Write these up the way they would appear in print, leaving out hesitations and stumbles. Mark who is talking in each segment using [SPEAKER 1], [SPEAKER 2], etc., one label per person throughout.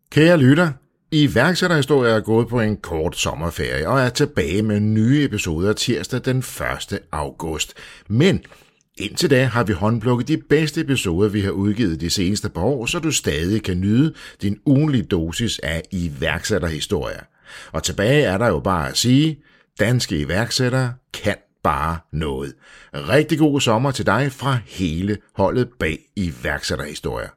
[SPEAKER 1] Kære lytter, iværksætterhistorie er gået på en kort sommerferie og er tilbage med nye episoder tirsdag den 1. august. Men indtil da har vi håndplukket de bedste episoder, vi har udgivet de seneste par år, så du stadig kan nyde din ugenlige dosis af iværksætterhistorier. Og tilbage er der jo bare at sige, danske iværksættere kan bare noget. Rigtig god sommer til dig fra hele holdet bag iværksætterhistorier.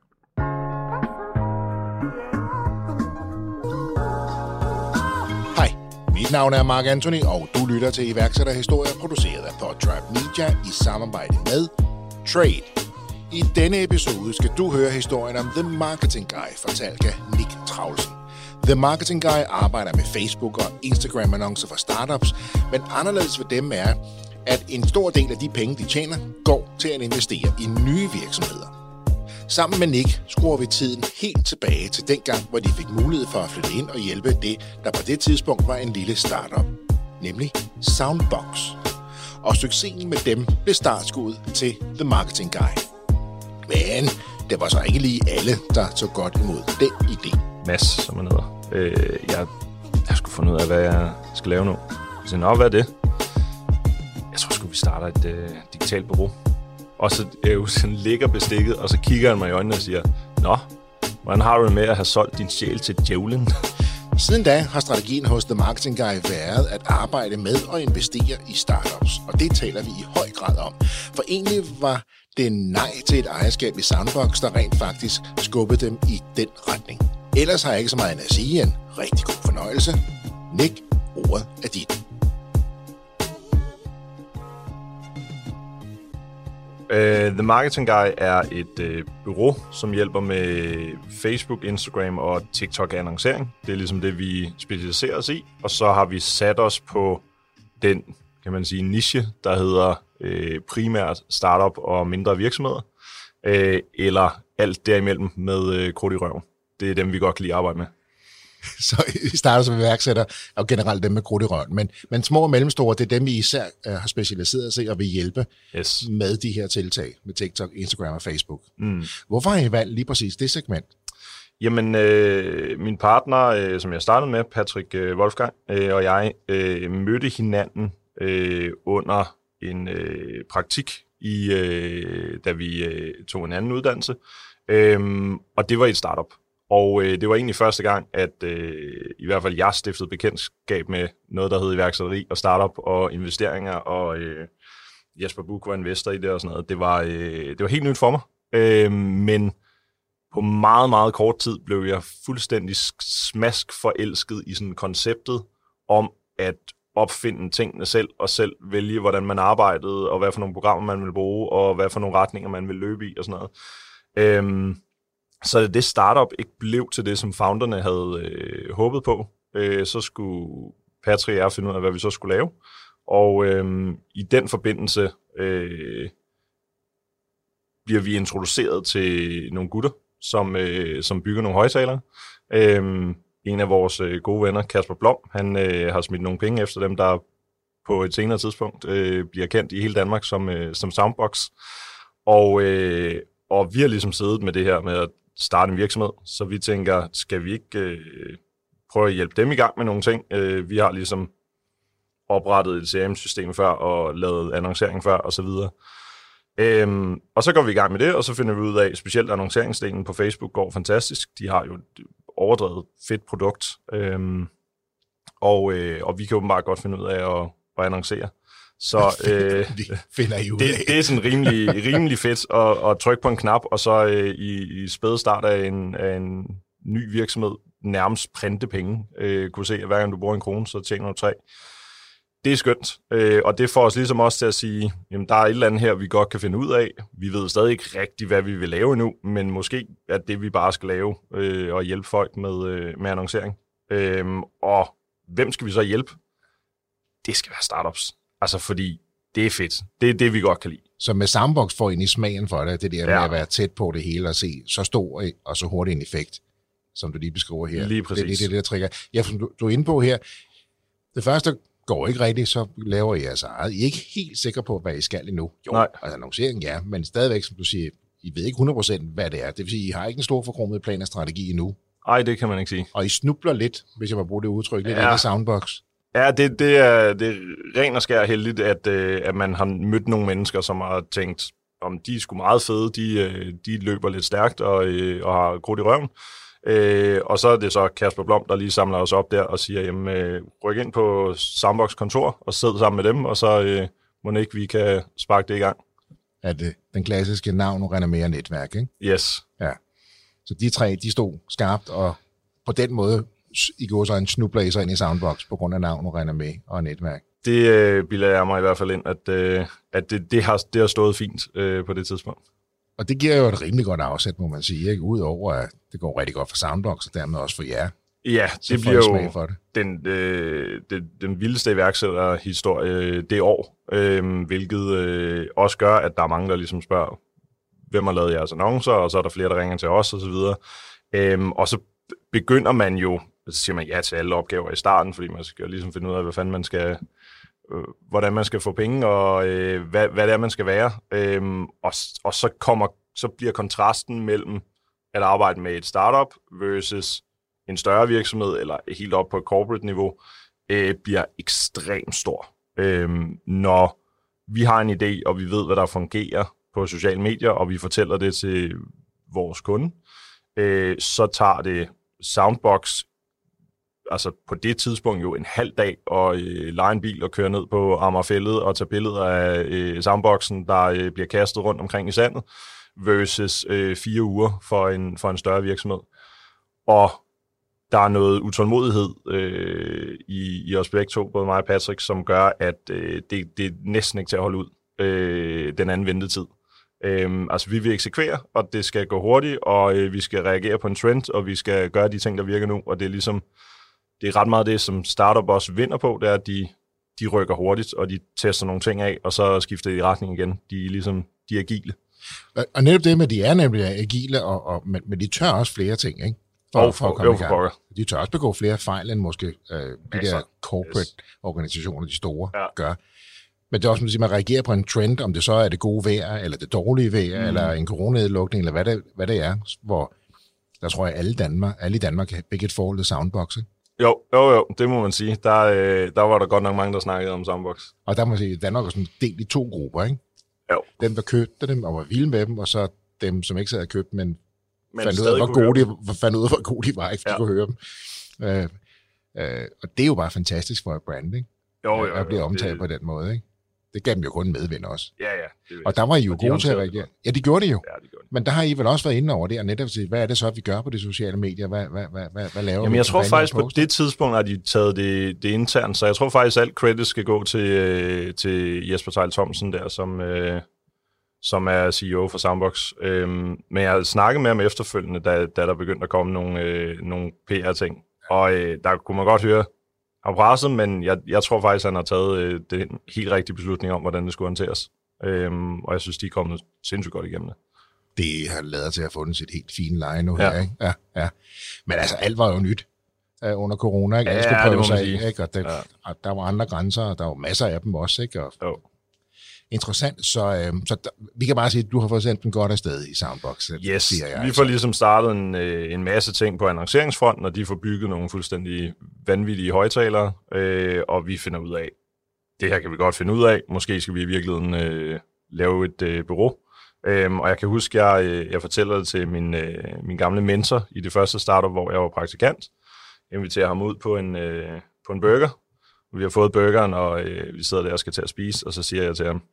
[SPEAKER 1] Mit navn er Mark Anthony, og du lytter til iværksætterhistorier produceret af Podtribe Media i samarbejde med Trade. I denne episode skal du høre historien om The Marketing Guy, fortalt af Nick Traulsen. The Marketing Guy arbejder med Facebook og Instagram-annoncer for startups, men anderledes ved dem er, at en stor del af de penge, de tjener, går til at investere i nye virksomheder. Sammen med Nick skruer vi tiden helt tilbage til dengang, hvor de fik mulighed for at flytte ind og hjælpe det, der på det tidspunkt var en lille startup, nemlig Soundbox. Og succesen med dem blev startskuddet til The Marketing Guy. Men det var så ikke lige alle, der tog godt imod den idé.
[SPEAKER 2] Mads, som man hedder. Jeg skulle finde ud af, hvad jeg skal lave nu. Så hvad er det? Jeg tror sgu, vi starter et digitalt bureau. Og så sådan ligger bestikket, og så kigger han mig i øjnene og siger, nå, hvordan har du det med at have solgt din sjæl til djævlen?
[SPEAKER 1] Siden da har strategien hos The Marketing Guy været at arbejde med og investere i startups, og det taler vi i høj grad om. For egentlig var det nej til et ejerskab i Soundbox, der rent faktisk skubbede dem i den retning. Ellers har jeg ikke så meget at sige. En rigtig god fornøjelse. Nick, ordet er dit.
[SPEAKER 2] The Marketing Guy er et bureau, som hjælper med Facebook, Instagram og TikTok-annoncering. Det er ligesom det, vi specialiserer os i. Og så har vi sat os på den, kan man sige, niche, der hedder primært startup og mindre virksomheder. Eller alt derimellem med krudt i røven. Det er dem, vi godt kan lide at arbejde med.
[SPEAKER 1] Så I starter som iværksætter, og generelt dem med krudt i røven. Men små og mellemstore, det er dem, vi især har specialiseret os i og vil hjælpe med de her tiltag, med TikTok, Instagram og Facebook. Hvorfor har I valgt lige præcis det segment?
[SPEAKER 2] Jamen, min partner, som jeg startede med, Patrick Wolfgang, og jeg mødte hinanden under en praktik, da vi tog en anden uddannelse, og det var et startup. Og det var egentlig første gang, at i hvert fald jeg stiftede bekendtskab med noget, der hed iværksætteri og startup og investeringer, og Jesper Buch var investor i det og sådan noget. Det var helt nyt for mig, men på meget, meget kort tid blev jeg fuldstændig smask forelsket i sådan konceptet om at opfinde tingene selv, og selv vælge, hvordan man arbejdede, og hvad for nogle programmer man ville bruge, og hvad for nogle retninger man ville løbe i og sådan noget. Så det startup ikke blev til det, som founderne havde håbet på, så skulle Patrick og jeg finde ud af, hvad vi så skulle lave. Og i den forbindelse bliver vi introduceret til nogle gutter, som bygger nogle højtalere. En af vores gode venner, Kasper Blom, han har smidt nogle penge efter dem, der på et senere tidspunkt bliver kendt i hele Danmark som Soundbox. Og vi har ligesom siddet med det her med at starte en virksomhed, så vi tænker, skal vi ikke prøve at hjælpe dem i gang med nogle ting? Vi har ligesom oprettet et CRM-system før, og lavet annoncering før, og så videre. Og så går vi i gang med det, og så finder vi ud af, at specielt annonceringsdelen på Facebook går fantastisk. De har jo et overdrevet fedt produkt, og vi kan åbenbart godt finde ud af at annoncere. Så det er sådan rimelig fedt at trykke på en knap, og så i spæde start af en ny virksomhed nærmest printe penge. Kunne se, at hver gang du bruger 1 krone, så tjener du 3. Det er skønt, og det får os ligesom også til at sige, jamen der er et eller andet her, vi godt kan finde ud af. Vi ved stadig ikke rigtigt, hvad vi vil lave endnu, men måske er det, vi bare skal lave, og hjælpe folk med annoncering. Og hvem skal vi så hjælpe? Det skal være startups. Altså, fordi det er fedt. Det er det, vi godt kan lide.
[SPEAKER 1] Så med Soundbox får I smagen for det der med at være tæt på det hele og se så stor og så hurtig en effekt, som du lige beskriver her.
[SPEAKER 2] Lige præcis.
[SPEAKER 1] Det er det, der trigger. Ja, som du er inde på her, det første går ikke rigtigt, så laver I jeres eget. I er ikke helt sikre på, hvad I skal endnu. Jo,
[SPEAKER 2] nej.
[SPEAKER 1] Altså annoncering, men stadigvæk, som du siger, I ved ikke 100% hvad det er. Det vil sige, I har ikke en stor forkromet plan og strategi endnu.
[SPEAKER 2] Ej, det kan man ikke sige.
[SPEAKER 1] Og I snubler lidt, hvis jeg må bruge det udtryk, lidt ind i Soundbox.
[SPEAKER 2] Ja, det er ren og skær heldigt, at man har mødt nogle mennesker, som har tænkt, om de er sgu meget fede, de løber lidt stærkt og har krudt i røven. Og så er det så Kasper Blom, der lige samler os op der og siger, jamen, ryk ind på Soundbox kontor og sid sammen med dem, og så må ikke vi kan sparke det i gang.
[SPEAKER 1] Er det den klassiske navn og renommere netværk, ikke?
[SPEAKER 2] Yes.
[SPEAKER 1] Ja. Så de tre, de stod skarpt, og på den måde, I går så en snubler I så ind i Soundbox på grund af navn og renommé og netværk.
[SPEAKER 2] Det bilder jeg mig i hvert fald ind, at det har stået fint på det tidspunkt. Og
[SPEAKER 1] det giver jo et rimelig godt afsæt, må man sige, ikke? Udover at det går rigtig godt for Soundbox, og dermed også for jer.
[SPEAKER 2] Ja, det bliver jo den vildeste iværksætterhistorie det år, hvilket også gør, at der er mange, der ligesom spørger, hvem har lavet jeres annoncer, og så er der flere, der ringer til os, og så videre. Og så begynder man jo, så siger man ja til alle opgaver i starten, fordi man skal ligesom finde ud af, hvad fanden man skal, hvordan man skal få penge, og hvad det er, man skal være. Og så bliver kontrasten mellem at arbejde med et startup versus en større virksomhed, eller helt op på et corporate niveau, bliver ekstremt stor. Når vi har en idé, og vi ved, hvad der fungerer på sociale medier, og vi fortæller det til vores kunde, så tager det Soundbox, altså på det tidspunkt jo en halv dag, og lege en bil og køre ned på Amagerfælled og tage billeder af Soundboxen, der bliver kastet rundt omkring i sandet, versus 4 uger for en større virksomhed. Og der er noget utålmodighed i os begge to, både mig og Patrick, som gør, at det er næsten ikke til at holde ud den anden ventetid. Altså vi vil eksekvere, og det skal gå hurtigt, og vi skal reagere på en trend, og vi skal gøre de ting, der virker nu, og det er ligesom, det er ret meget det, som startup også vinder på, det er, at de rykker hurtigt, og de tester nogle ting af, og så skifter de i retning igen. De er agile.
[SPEAKER 1] Og netop det med, de er nemlig agile, men de tør også flere ting, ikke? For at komme i gang. De tør også begå flere fejl, end måske de der corporate organisationer, de store, gør. Men det er også, at man reagerer på en trend, om det så er det gode vejr, eller det dårlige vejr, eller en coronanedlukning, eller hvad det er, hvor der tror jeg, alle i Danmark har begge et forhold til Soundbox, ikke?
[SPEAKER 2] Jo, det må man sige. Der var der godt nok mange, der snakkede om Soundbox.
[SPEAKER 1] Og der må man sige, at Danmark er sådan delt i 2 grupper, ikke?
[SPEAKER 2] Jo.
[SPEAKER 1] Dem, der købte dem og var vilde med dem, og så dem, som ikke havde købt, men fandt ud af, hvor gode de var, ikke, for de kunne høre dem. Og det er jo bare fantastisk for et brand, ikke?
[SPEAKER 2] Jo,
[SPEAKER 1] at blive omtalt på den måde, ikke? Det gav dem jo kun en medvind også.
[SPEAKER 2] Ja.
[SPEAKER 1] Og der var I jo gode til at reagere. Ja, de gjorde det jo.
[SPEAKER 2] Ja, de gjorde det.
[SPEAKER 1] Men der har I vel også været inde over det, og netop sige, hvad er det så, vi gør på de sociale medier? Hvad laver vi?
[SPEAKER 2] Jamen, jeg tror faktisk, på det tidspunkt har de taget det internt, så jeg tror faktisk, alt credit skal gå til Jesper Theil Thomsen der, som er CEO for Soundbox. Men jeg snakkede med ham efterfølgende, da der begyndte at komme nogle PR-ting. Og der kunne man godt høre ham presset, men jeg tror faktisk, han har taget den helt rigtige beslutning om, hvordan det skulle håndteres. Og jeg synes, de er kommet sindssygt godt igennem det.
[SPEAKER 1] Det har lavet til at have fundet sit helt fine leje nu her, ikke? Ja. Men altså, alt var jo nyt under corona, ikke? Alt skulle prøve sig af, ikke? Og der var andre grænser, og der var masser af dem også, ikke? Interessant, så vi kan bare sige, at du har fået sendt den godt afsted i Soundbox.
[SPEAKER 2] Yes, vi får ligesom startet en masse ting på annonceringsfronten, og de får bygget nogle fuldstændig vanvittige højtalere, og vi finder ud af, det her kan vi godt finde ud af, måske skal vi i virkeligheden lave et bureau. Og jeg kan huske, jeg fortæller det til min gamle mentor i det første startup, hvor jeg var praktikant. Jeg inviterer ham ud på en burger. Vi har fået burgeren, og vi sidder der og skal til at spise, og så siger jeg til ham,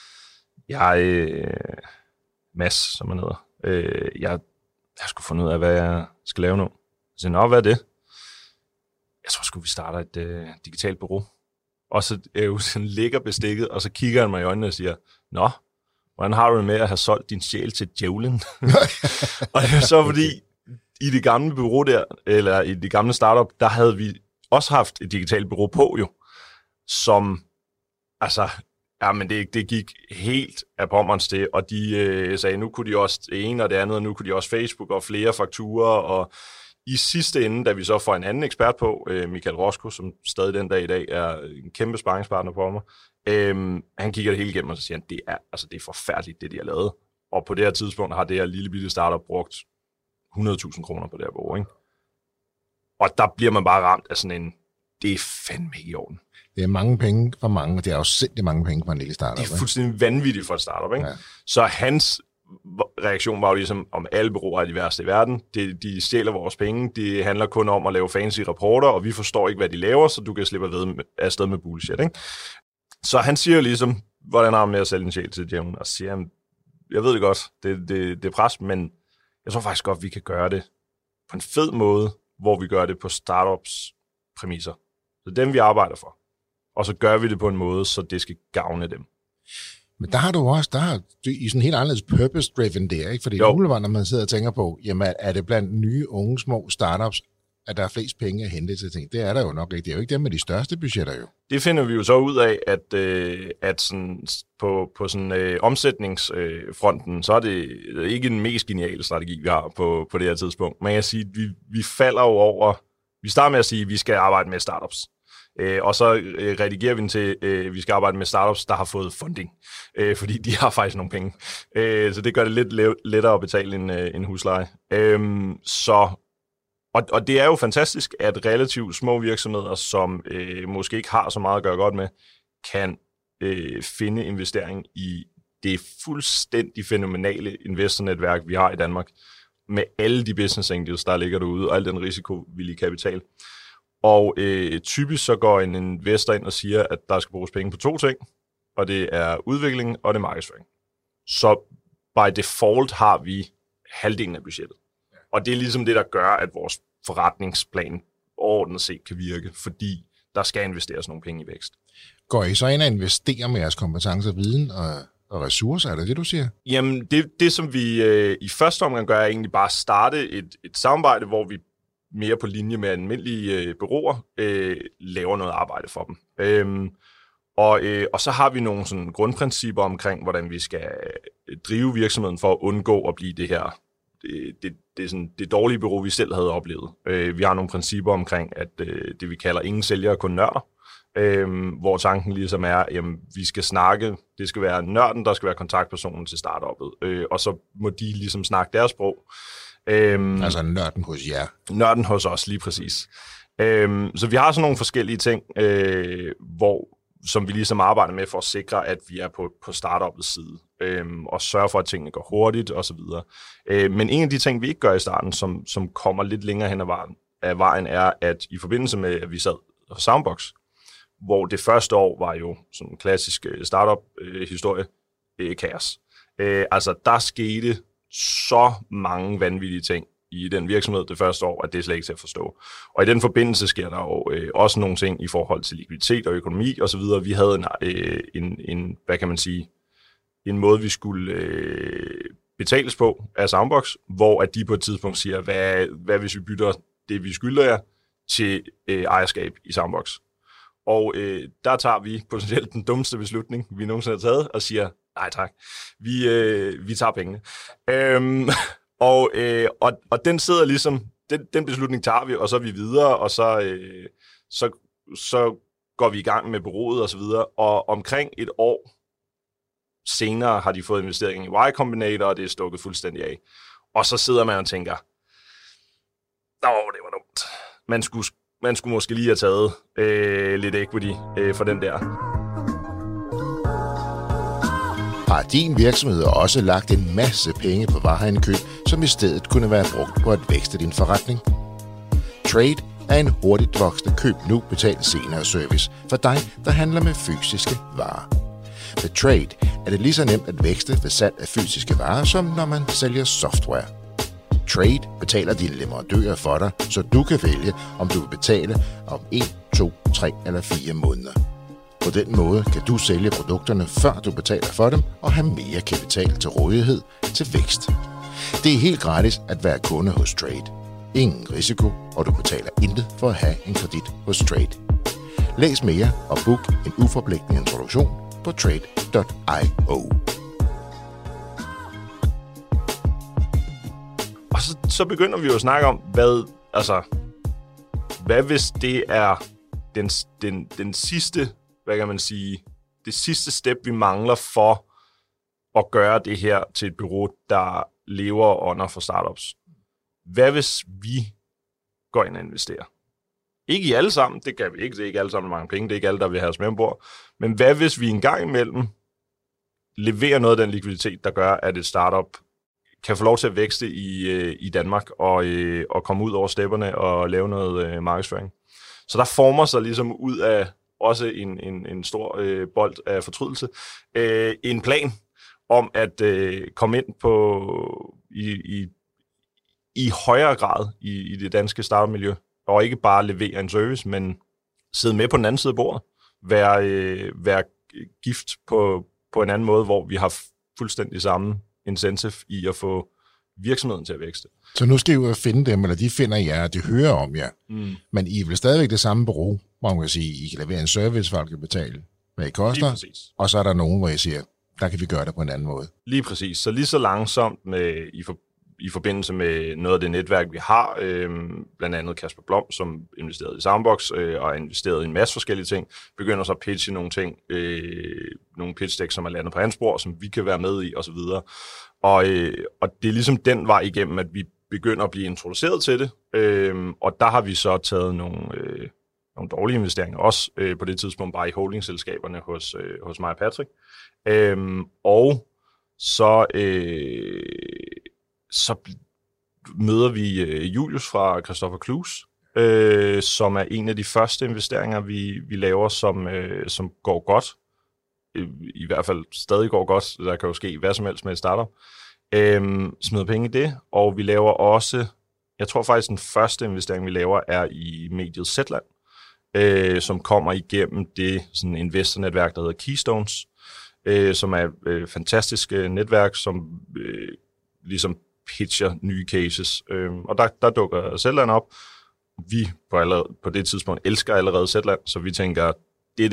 [SPEAKER 2] Mads, som han hedder, jeg skulle finde ud af, hvad jeg skal lave nu. Så siger han, hvad er det? Jeg tror sgu, vi starter et digitalt bureau. Og så sådan ligger bestikket, og så kigger han mig i øjnene og siger, nå, hvordan har du det med at have solgt din sjæl til djævlen? Og det er så fordi, i det gamle bureau der, eller i det gamle startup, der havde vi også haft et digitalt bureau på jo, som, altså, men det gik helt af pommerens til, og de sagde, nu kunne de også det ene og det andet, og nu kunne de også Facebook og flere fakturer, og i sidste ende, da vi så får en anden ekspert på, Michael Roscoe, som stadig den dag i dag er en kæmpe sparringspartner på mig, han kigger det hele igennem, og så siger han, det er forfærdeligt, det de har lavet. Og på det her tidspunkt har det her lille bitte startup brugt 100.000 kroner på det her bureau, ikke? Og der bliver man bare ramt af sådan en, det er fandme ikke i orden.
[SPEAKER 1] Det er mange penge for mange, og det er jo sindssygt mange penge for en lille startup.
[SPEAKER 2] Det er fuldstændig vanvittigt for et startup, ikke? Ja. Så hans reaktion var jo ligesom, om alle bureauer er de værste i verden. De stjæler vores penge, det handler kun om at lave fancy rapporter, og vi forstår ikke, hvad de laver, så du kan slippe afsted med bullshit, ikke? Så han siger jo ligesom, hvordan har han med at sælge en sjæl til djævlen, og siger, jeg ved det godt, det er pres, men jeg tror faktisk godt, vi kan gøre det på en fed måde, hvor vi gør det på startups præmisser. Så dem vi arbejder for. Og så gør vi det på en måde, så det skal gavne dem.
[SPEAKER 1] Men der har du også, i sådan helt anderledes purpose-driven der, ikke? Fordi umiddelbart, når man sidder og tænker på, jamen er det blandt nye, unge, små startups, at der er flest penge at hente til ting? Det er der jo nok ikke. Det er jo ikke dem med de største budgetter jo. Det
[SPEAKER 2] finder vi jo så ud af, at sådan, på sådan omsætningsfronten, så er det ikke den mest geniale strategi, vi har på det her tidspunkt. Men jeg siger, vi falder jo over. Vi starter med at sige, at vi skal arbejde med startups. Og så redigerer vi den til, vi skal arbejde med startups, der har fået funding, fordi de har faktisk nogle penge. Så det gør det lidt lettere at betale en husleje. Og det er jo fantastisk, at relativt små virksomheder, som måske ikke har så meget at gøre godt med, kan finde investering i det fuldstændig fænomenale investornetværk, vi har i Danmark, med alle de business angels, der ligger derude, og al den risikovillige kapital. Og typisk så går en investor ind og siger, at der skal bruges penge på 2 ting, og det er udvikling, og det er markedsføring. Så by default har vi halvdelen af budgettet. Og det er ligesom det, der gør, at vores forretningsplan overordnet set kan virke, fordi der skal investeres nogle penge i vækst.
[SPEAKER 1] Går I så ind og investerer med jeres kompetencer, viden og ressourcer? Er det, du siger?
[SPEAKER 2] Jamen, det som vi i første omgang gør, er egentlig bare at starte et samarbejde, hvor vi mere på linje med almindelige bureauer laver noget arbejde for dem. Og så har vi nogle sådan grundprincipper omkring, hvordan vi skal drive virksomheden for at undgå at blive det her det er sådan det dårlige bureau, vi selv havde oplevet. Vi har nogle principper omkring, at det vi kalder ingen sælgere, kun nørder. Hvor tanken ligesom er, jamen vi skal snakke, det skal være nørden, der skal være kontaktpersonen til startup'et, og så må de ligesom snakke deres sprog.
[SPEAKER 1] Altså nørden hos jer.
[SPEAKER 2] Nørden hos os, lige præcis. Så vi har sådan nogle forskellige ting, som vi ligesom arbejder med for at sikre, at vi er på startupets side, og sørge for, at tingene går hurtigt osv. Men en af de ting, vi ikke gør i starten, som kommer lidt længere hen ad vejen, er, at i forbindelse med, at vi sad hos Soundbox, hvor det første år var jo sådan en klassisk startup-historie, kaos. Altså, der skete så mange vanvittige ting i den virksomhed det første år, at det er slet ikke til at forstå. Og i den forbindelse sker der jo også nogle ting i forhold til likviditet og økonomi osv. Vi havde en hvad kan man sige, en måde, vi skulle betales på af Soundbox, hvor at de på et tidspunkt siger, hvad hvis vi bytter det, vi skylder jer, til ejerskab i Soundbox. Og der tager vi potentielt den dummeste beslutning, vi nogensinde har taget, og siger, nej tak, vi tager pengene. Og den sidder ligesom, den beslutning tager vi, og så er vi videre, og så går vi i gang med bureauet og så videre. Og omkring et år senere har de fået investering i Y Combinator, og det er stukket fuldstændig af. Og så sidder man og tænker, det var dumt. Man skulle måske lige have taget lidt equity for den der.
[SPEAKER 1] Har din virksomhed også lagt en masse penge på vareindkøb, som i stedet kunne være brugt på at vækste din forretning? Trade er en hurtigt voksende køb nu, betal senere service for dig, der handler med fysiske varer. Med Trade er det lige så nemt at vækste ved salg af fysiske varer, som når man sælger software. Trade betaler dine leverandører for dig, så du kan vælge, om du vil betale om 1, 2, 3 eller 4 måneder. På den måde kan du sælge produkterne, før du betaler for dem, og have mere kapital til rådighed til vækst. Det er helt gratis at være kunde hos Trade. Ingen risiko, og du betaler intet for at have en kredit hos Trade. Læs mere og book en uforpligtende introduktion på trade.io.
[SPEAKER 2] Og så begynder vi jo at snakke om, hvad hvis det er den sidste, hvad kan man sige, det sidste step, vi mangler for at gøre det her til et bureau, der lever under for startups. Hvad hvis vi går ind og investerer. Ikke i alle sammen, det kan vi ikke. Det er ikke alle sammen mange penge, det er ikke alle, der vil have os med ombord. Men hvad hvis vi en gang imellem leverer noget af den likviditet, der gør, at et startup kan få lov til at vækste i Danmark og komme ud over stepperne og lave noget markedsføring. Så der former sig ligesom ud af også en stor bold af fortrydelse en plan om at komme ind i højere grad i det danske startup-miljø, og ikke bare levere en service, men sidde med på den anden side af bordet, være gift på en anden måde, hvor vi har fuldstændig samme incentive i at få virksomheden til at vækste.
[SPEAKER 1] Så nu skal I jo finde dem, eller de finder jer, og de hører om jer. Men I er vel stadigvæk det samme bureau, hvor man kan sige, I kan levere en service, folk kan betale, hvad I koster, og så er der nogen, hvor I siger, der kan vi gøre det på en anden måde.
[SPEAKER 2] Lige præcis. Så lige så langsomt i forbindelse med noget af det netværk, vi har, blandt andet Kasper Blom, som investerede i Soundbox og investeret i en masse forskellige ting, begynder så at pitche nogle ting, nogle pitch decks, som er landet på hans spor, som vi kan være med i, osv. Og det er ligesom den vej igennem, at vi begynder at blive introduceret til det, og der har vi så taget nogle dårlige investeringer, også på det tidspunkt bare i holdingselskaberne hos mig og Patrick. Og så møder vi Julius fra Christopher Clues, som er en af de første investeringer, vi laver, som går godt. I hvert fald stadig går godt. Der kan jo ske hvad som helst med et startup. Smider penge i det, og vi laver også, jeg tror faktisk den første investering, vi laver, er i mediet Zetland, som kommer igennem det sådan investornetværk, der hedder Keystones, som er et fantastisk netværk, som ligesom pitcher nye cases. Og der dukker Zetland op. Vi på det tidspunkt elsker allerede Zetland, så vi tænker, det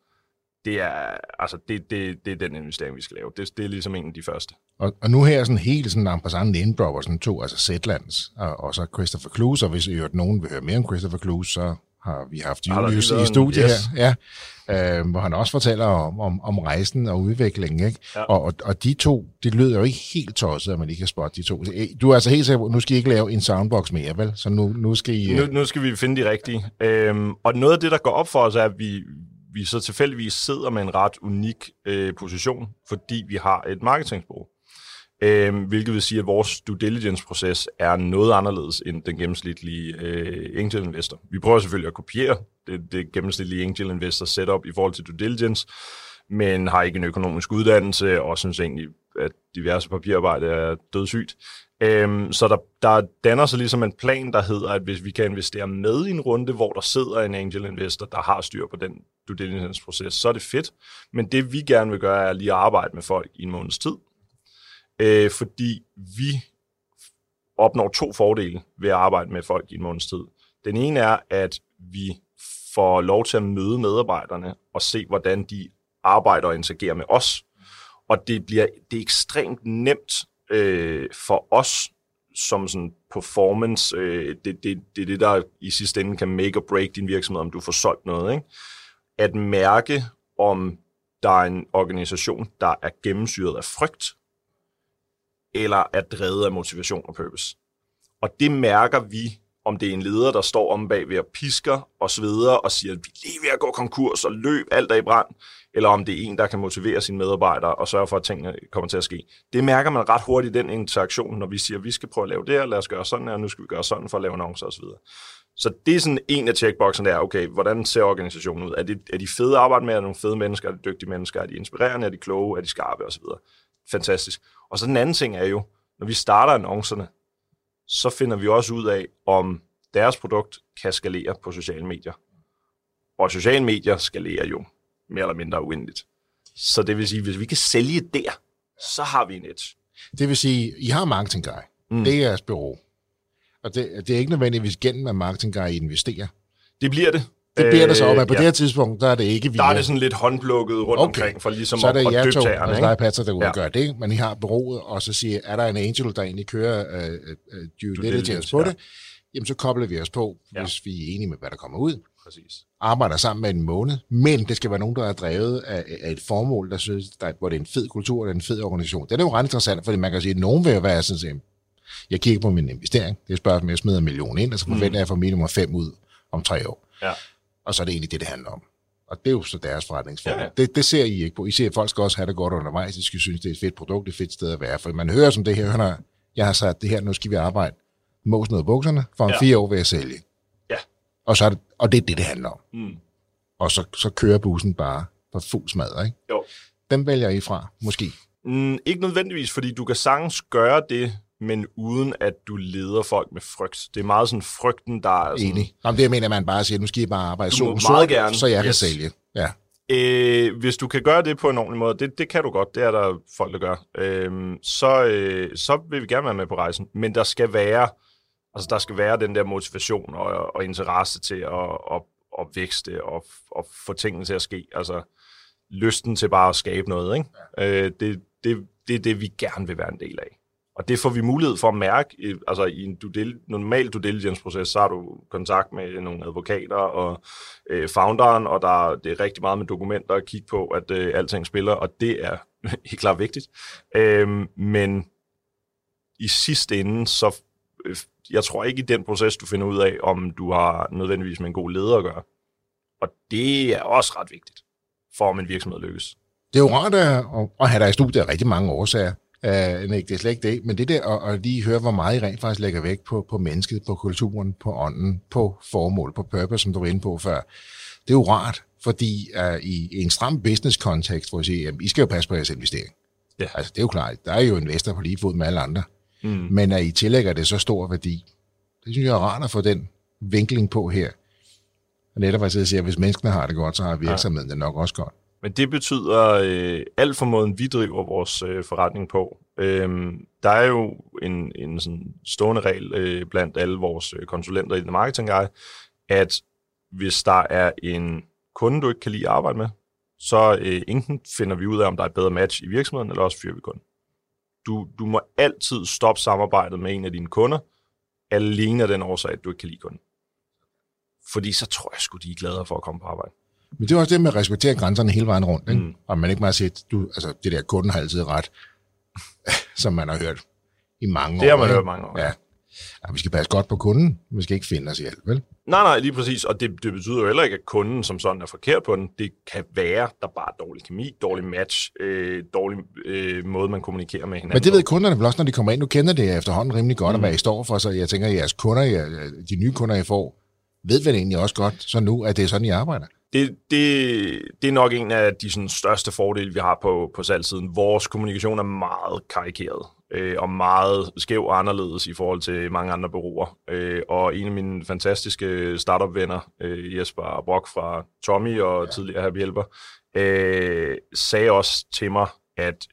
[SPEAKER 2] er den investering, vi skal lave. Det er ligesom en af de første.
[SPEAKER 1] Og nu her sådan helt sådan en passant name-dropper, sådan to, altså Zetlands, og så Christopher Clues, og hvis I hørt nogen vil høre mere om Christopher Clues, så har vi haft Julius i studiet her, hvor han også fortæller om rejsen og udviklingen, ikke? Ja. Og de to, det lyder jo ikke helt tosset, at man ikke kan spotte de to. Du er altså helt sikker, nu skal I ikke lave en soundbox mere, vel? Så nu skal I...
[SPEAKER 2] Nu skal vi finde de rigtige. Og noget af det, der går op for os, er, at vi så tilfældigvis sidder med en ret unik position, fordi vi har et marketingsbureau. Hvilket vil sige, at vores due diligence-proces er noget anderledes end den gennemsnitlige angel investor. Vi prøver selvfølgelig at kopiere det gennemsnitlige angel investor setup i forhold til due diligence, men har ikke en økonomisk uddannelse, og synes egentlig, at diverse papirarbejde er dødssygt. Så der danner sig ligesom en plan, der hedder, at hvis vi kan investere med i en runde, hvor der sidder en angel investor, der har styr på den due diligence-proces, så er det fedt. Men det vi gerne vil gøre, er lige at arbejde med folk i en måneds tid. Fordi vi opnår 2 fordele ved at arbejde med folk i en måneds tid. Den ene er, at vi får lov til at møde medarbejderne og se, hvordan de arbejder og interagerer med os. Og det er ekstremt nemt for os som sådan performance. Det er det, der i sidste ende kan make or break din virksomhed, om du får solgt noget, ikke? At mærke, om der er en organisation, der er gennemsyret af frygt, eller er drevet af motivation og purpose. Og det mærker vi, om det er en leder, der står om bag ved at pisker og sveder og siger, at vi er lige ved at gå konkurs og løb alt er i brand, eller om det er en, der kan motivere sine medarbejdere og sørge for, at tingene kommer til at ske. Det mærker man ret hurtigt i den interaktion, når vi siger, at vi skal prøve at lave det her, lad os gøre sådan her, og nu skal vi gøre sådan for at lave annoncer osv. Så det er sådan en af checkboxene, der er, okay, hvordan ser organisationen ud? Er de fede at arbejde med? Er det nogle fede mennesker? Er det dygtige mennesker? Er de inspirerende? Er de kloge? Er de skarpe? Og så videre. Fantastisk. Og så den anden ting er jo, når vi starter annoncerne, så finder vi også ud af, om deres produkt kan skalere på sociale medier. Og sociale medier skalerer jo mere eller mindre uendeligt. Så det vil sige, hvis vi kan sælge der, så har vi en edge.
[SPEAKER 1] Det vil sige, I har Marketing Guy. Det er jeres bureau. Og det er ikke nødvendigvis gennem, at Marketing Guy investerer.
[SPEAKER 2] Det bliver det.
[SPEAKER 1] Det bliver det så, men på det her tidspunkt, der er det ikke via...
[SPEAKER 2] Der er det sådan lidt håndplukket rundt omkring, for ligesom
[SPEAKER 1] så er det
[SPEAKER 2] at
[SPEAKER 1] jer
[SPEAKER 2] døbe
[SPEAKER 1] to,
[SPEAKER 2] tæerne.
[SPEAKER 1] altså der er Patrick, der udgør det, men I har bureauet, og så siger, er der en angel, der egentlig kører due diligence på det, jamen så kobler vi os på, hvis vi er enige med, hvad der kommer ud.
[SPEAKER 2] Præcis.
[SPEAKER 1] Arbejder sammen med en måned, men det skal være nogen, der er drevet af et formål, der synes, hvor det er en fed kultur, og det er en fed organisation. Det er jo ret interessant, fordi man kan sige, at nogen vil være sådan set, Jeg kigger på min investering. Det er spørgsmål, jeg smider 1 million ind, og så forventer jeg at få minimum 5 ud om 3 år.
[SPEAKER 2] Ja.
[SPEAKER 1] Og så er det egentlig det handler om. Og det er jo så deres forretningsform.
[SPEAKER 2] Ja.
[SPEAKER 1] Det ser I ikke på. I ser, at folk skal også have det godt undervejs. De skal synes, det er et fedt produkt, det er et fedt sted at være. For man hører som det her, når jeg har sagt det her, nu skal vi arbejde. Mås ned af bukserne, for om 4 år vil jeg sælge.
[SPEAKER 2] Ja.
[SPEAKER 1] Og det er det handler om. Og så kører bussen bare på fuld smadre, ikke?
[SPEAKER 2] Jo.
[SPEAKER 1] Dem vælger I fra, måske?
[SPEAKER 2] Ikke nødvendigvis, fordi du kan sagtens gøre det, men uden at du leder folk med frygt. Det er meget sådan frygten, der er sådan...
[SPEAKER 1] Enig. Jamen, det mener man bare siger, nu skal I bare arbejde
[SPEAKER 2] gerne,
[SPEAKER 1] så jeg kan sælge. Ja.
[SPEAKER 2] Hvis du kan gøre det på en ordentlig måde, det kan du godt, det er der folk, der gør, så vil vi gerne være med på rejsen. Men der skal være den der motivation og interesse til at vækste og få tingene til at ske. Altså lysten til bare at skabe noget, ikke? Ja. Det er det, vi gerne vil være en del af. Og det får vi mulighed for at mærke. Altså i en normal due diligence-proces, så har du kontakt med nogle advokater og founderen, og det er rigtig meget med dokumenter at kigge på, at alting spiller, og det er helt klart vigtigt. Men i sidste ende, så jeg tror ikke i den proces, du finder ud af, om du har nødvendigvis med en god leder at gøre. Og det er også ret vigtigt, for om en virksomhed lykkes.
[SPEAKER 1] Det er jo rart at have dig i studiet af rigtig mange årsager. Det er slet ikke det, men det der at lige høre, hvor meget I rent faktisk lægger vægt på mennesket, på kulturen, på ånden, på formål, på purpose, som du var inde på før. Det er jo rart, fordi i en stram business-kontekst, hvor I siger, at I skal jo passe på jeres investering. Ja. Altså, det er jo klart, der er jo investor på lige fod med alle andre. Men at I tillægger det så stor værdi, det synes jeg er rart at få den vinkling på her. Og netop at jeg siger, at hvis menneskene har det godt, så har virksomheden det nok også godt.
[SPEAKER 2] Men det betyder alt for måden, vi driver vores forretning på. Der er jo en sådan stående regel blandt alle vores konsulenter i The Marketing Guy, at hvis der er en kunde, du ikke kan lide at arbejde med, så enten finder vi ud af, om der er et bedre match i virksomheden, eller også fyrer vi kunden. Du må altid stoppe samarbejdet med en af dine kunder, alene af den årsag, at du ikke kan lide kunden. Fordi så tror jeg sgu, de er gladere for at komme på arbejde.
[SPEAKER 1] Men det er også det med at respektere grænserne hele vejen rundt, ikke? Og man ikke bare siger, at det der kunden har altid ret, som man har hørt i mange år.
[SPEAKER 2] Det har man hørt mange år.
[SPEAKER 1] Ja. Ja, vi skal passe godt på kunden, vi skal ikke finde os i alt, vel?
[SPEAKER 2] Nej, lige præcis, og det betyder jo heller ikke, at kunden som sådan er forkert på den. Det kan være, der bare er dårlig kemi, dårlig match, dårlig måde, man kommunikerer med hinanden.
[SPEAKER 1] Men det ved kunderne vel også, når de kommer ind. Nu kender det efterhånden rimelig godt, hvad I står for, så jeg tænker, at jeres kunder, de nye kunder, I får, ved vel egentlig også godt, så nu, at det er sådan, I arbejder?
[SPEAKER 2] Det er nok en af de sådan, største fordele, vi har på salgssiden. Vores kommunikation er meget karikeret og meget skæv og anderledes i forhold til mange andre bureauer. Og en af mine fantastiske startup-venner, Jesper Brock fra Tommy og tidligere Happy Helper, sagde også til mig, at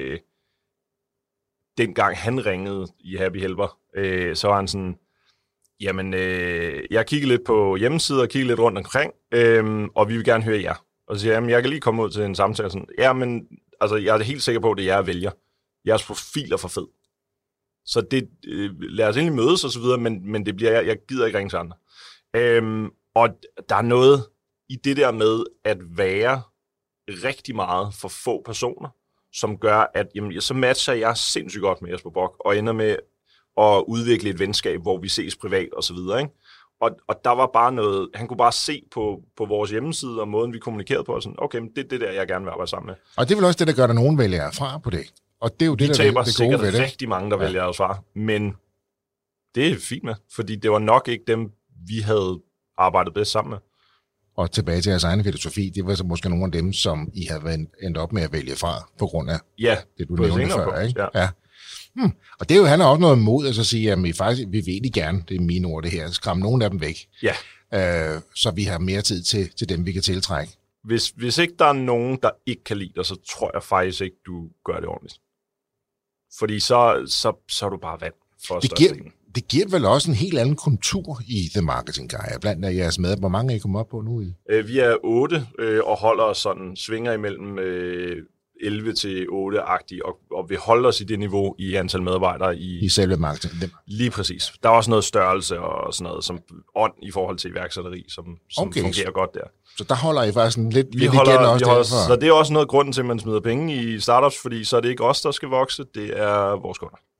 [SPEAKER 2] dengang han ringede i Happy Helper, så var han sådan... Jamen, jeg kigger lidt på hjemmesider og kigger lidt rundt omkring, og vi vil gerne høre jer. Og så siger jeg, jeg kan lige komme ud til en samtale sådan, men altså, jeg er helt sikker på, at det er jer, vælger. Jeres profil er for fed. Så det, lad os endelig mødes og så videre, men det bliver, jeg gider ikke ringe til andre. Og der er noget i det der med at være rigtig meget for få personer, som gør, at jamen, så matcher jeg sindssygt godt med Jesper Bock, og ender med at udvikle et venskab, hvor vi ses privat og så videre, ikke? Og der var bare noget, han kunne bare se på vores hjemmeside og måden, vi kommunikerede på, og sådan, okay, men det er det der, jeg gerne vil arbejde sammen med.
[SPEAKER 1] Og det er vel også det, der gør, at nogen vælger fra på det. Og det er jo det, der er det gode ved det. Vi taber
[SPEAKER 2] sikkert rigtig mange, der vælger os fra, men det er fint med, fordi det var nok ikke dem, vi havde arbejdet bedst sammen med. Og
[SPEAKER 1] tilbage til jeres egen filosofi, det var så måske nogle af dem, som I havde endt op med at vælge fra, på grund af det, du nævnte før, ikke? Ja. Og det er jo, han har også noget mod at så sige, at vi vil egentlig gerne, det er mine ord det her, skræmme nogle af dem væk.
[SPEAKER 2] Ja.
[SPEAKER 1] Så vi har mere tid til dem, vi kan tiltrække.
[SPEAKER 2] Hvis ikke der er nogen, der ikke kan lide dig, så tror jeg faktisk ikke, du gør det ordentligt. Fordi så er du bare vand for størstedelen.
[SPEAKER 1] Det giver vel også en helt anden kultur i The Marketing Guy, blandt af jeres med. Hvor mange er I kommet op på nu?
[SPEAKER 2] Vi er 8 og holder os sådan, svinger imellem 11 til 8-agtige, og vi holder os i det niveau i antal medarbejdere
[SPEAKER 1] i selve marketing.
[SPEAKER 2] Lige præcis. Der er også noget størrelse og sådan noget som ånd i forhold til iværksætteri, som fungerer godt der.
[SPEAKER 1] Så der holder I faktisk lidt igen også.
[SPEAKER 2] Så det er også noget af grunden til, at man smider penge i startups, fordi så er det ikke os, der skal vokse, det er vores kunder.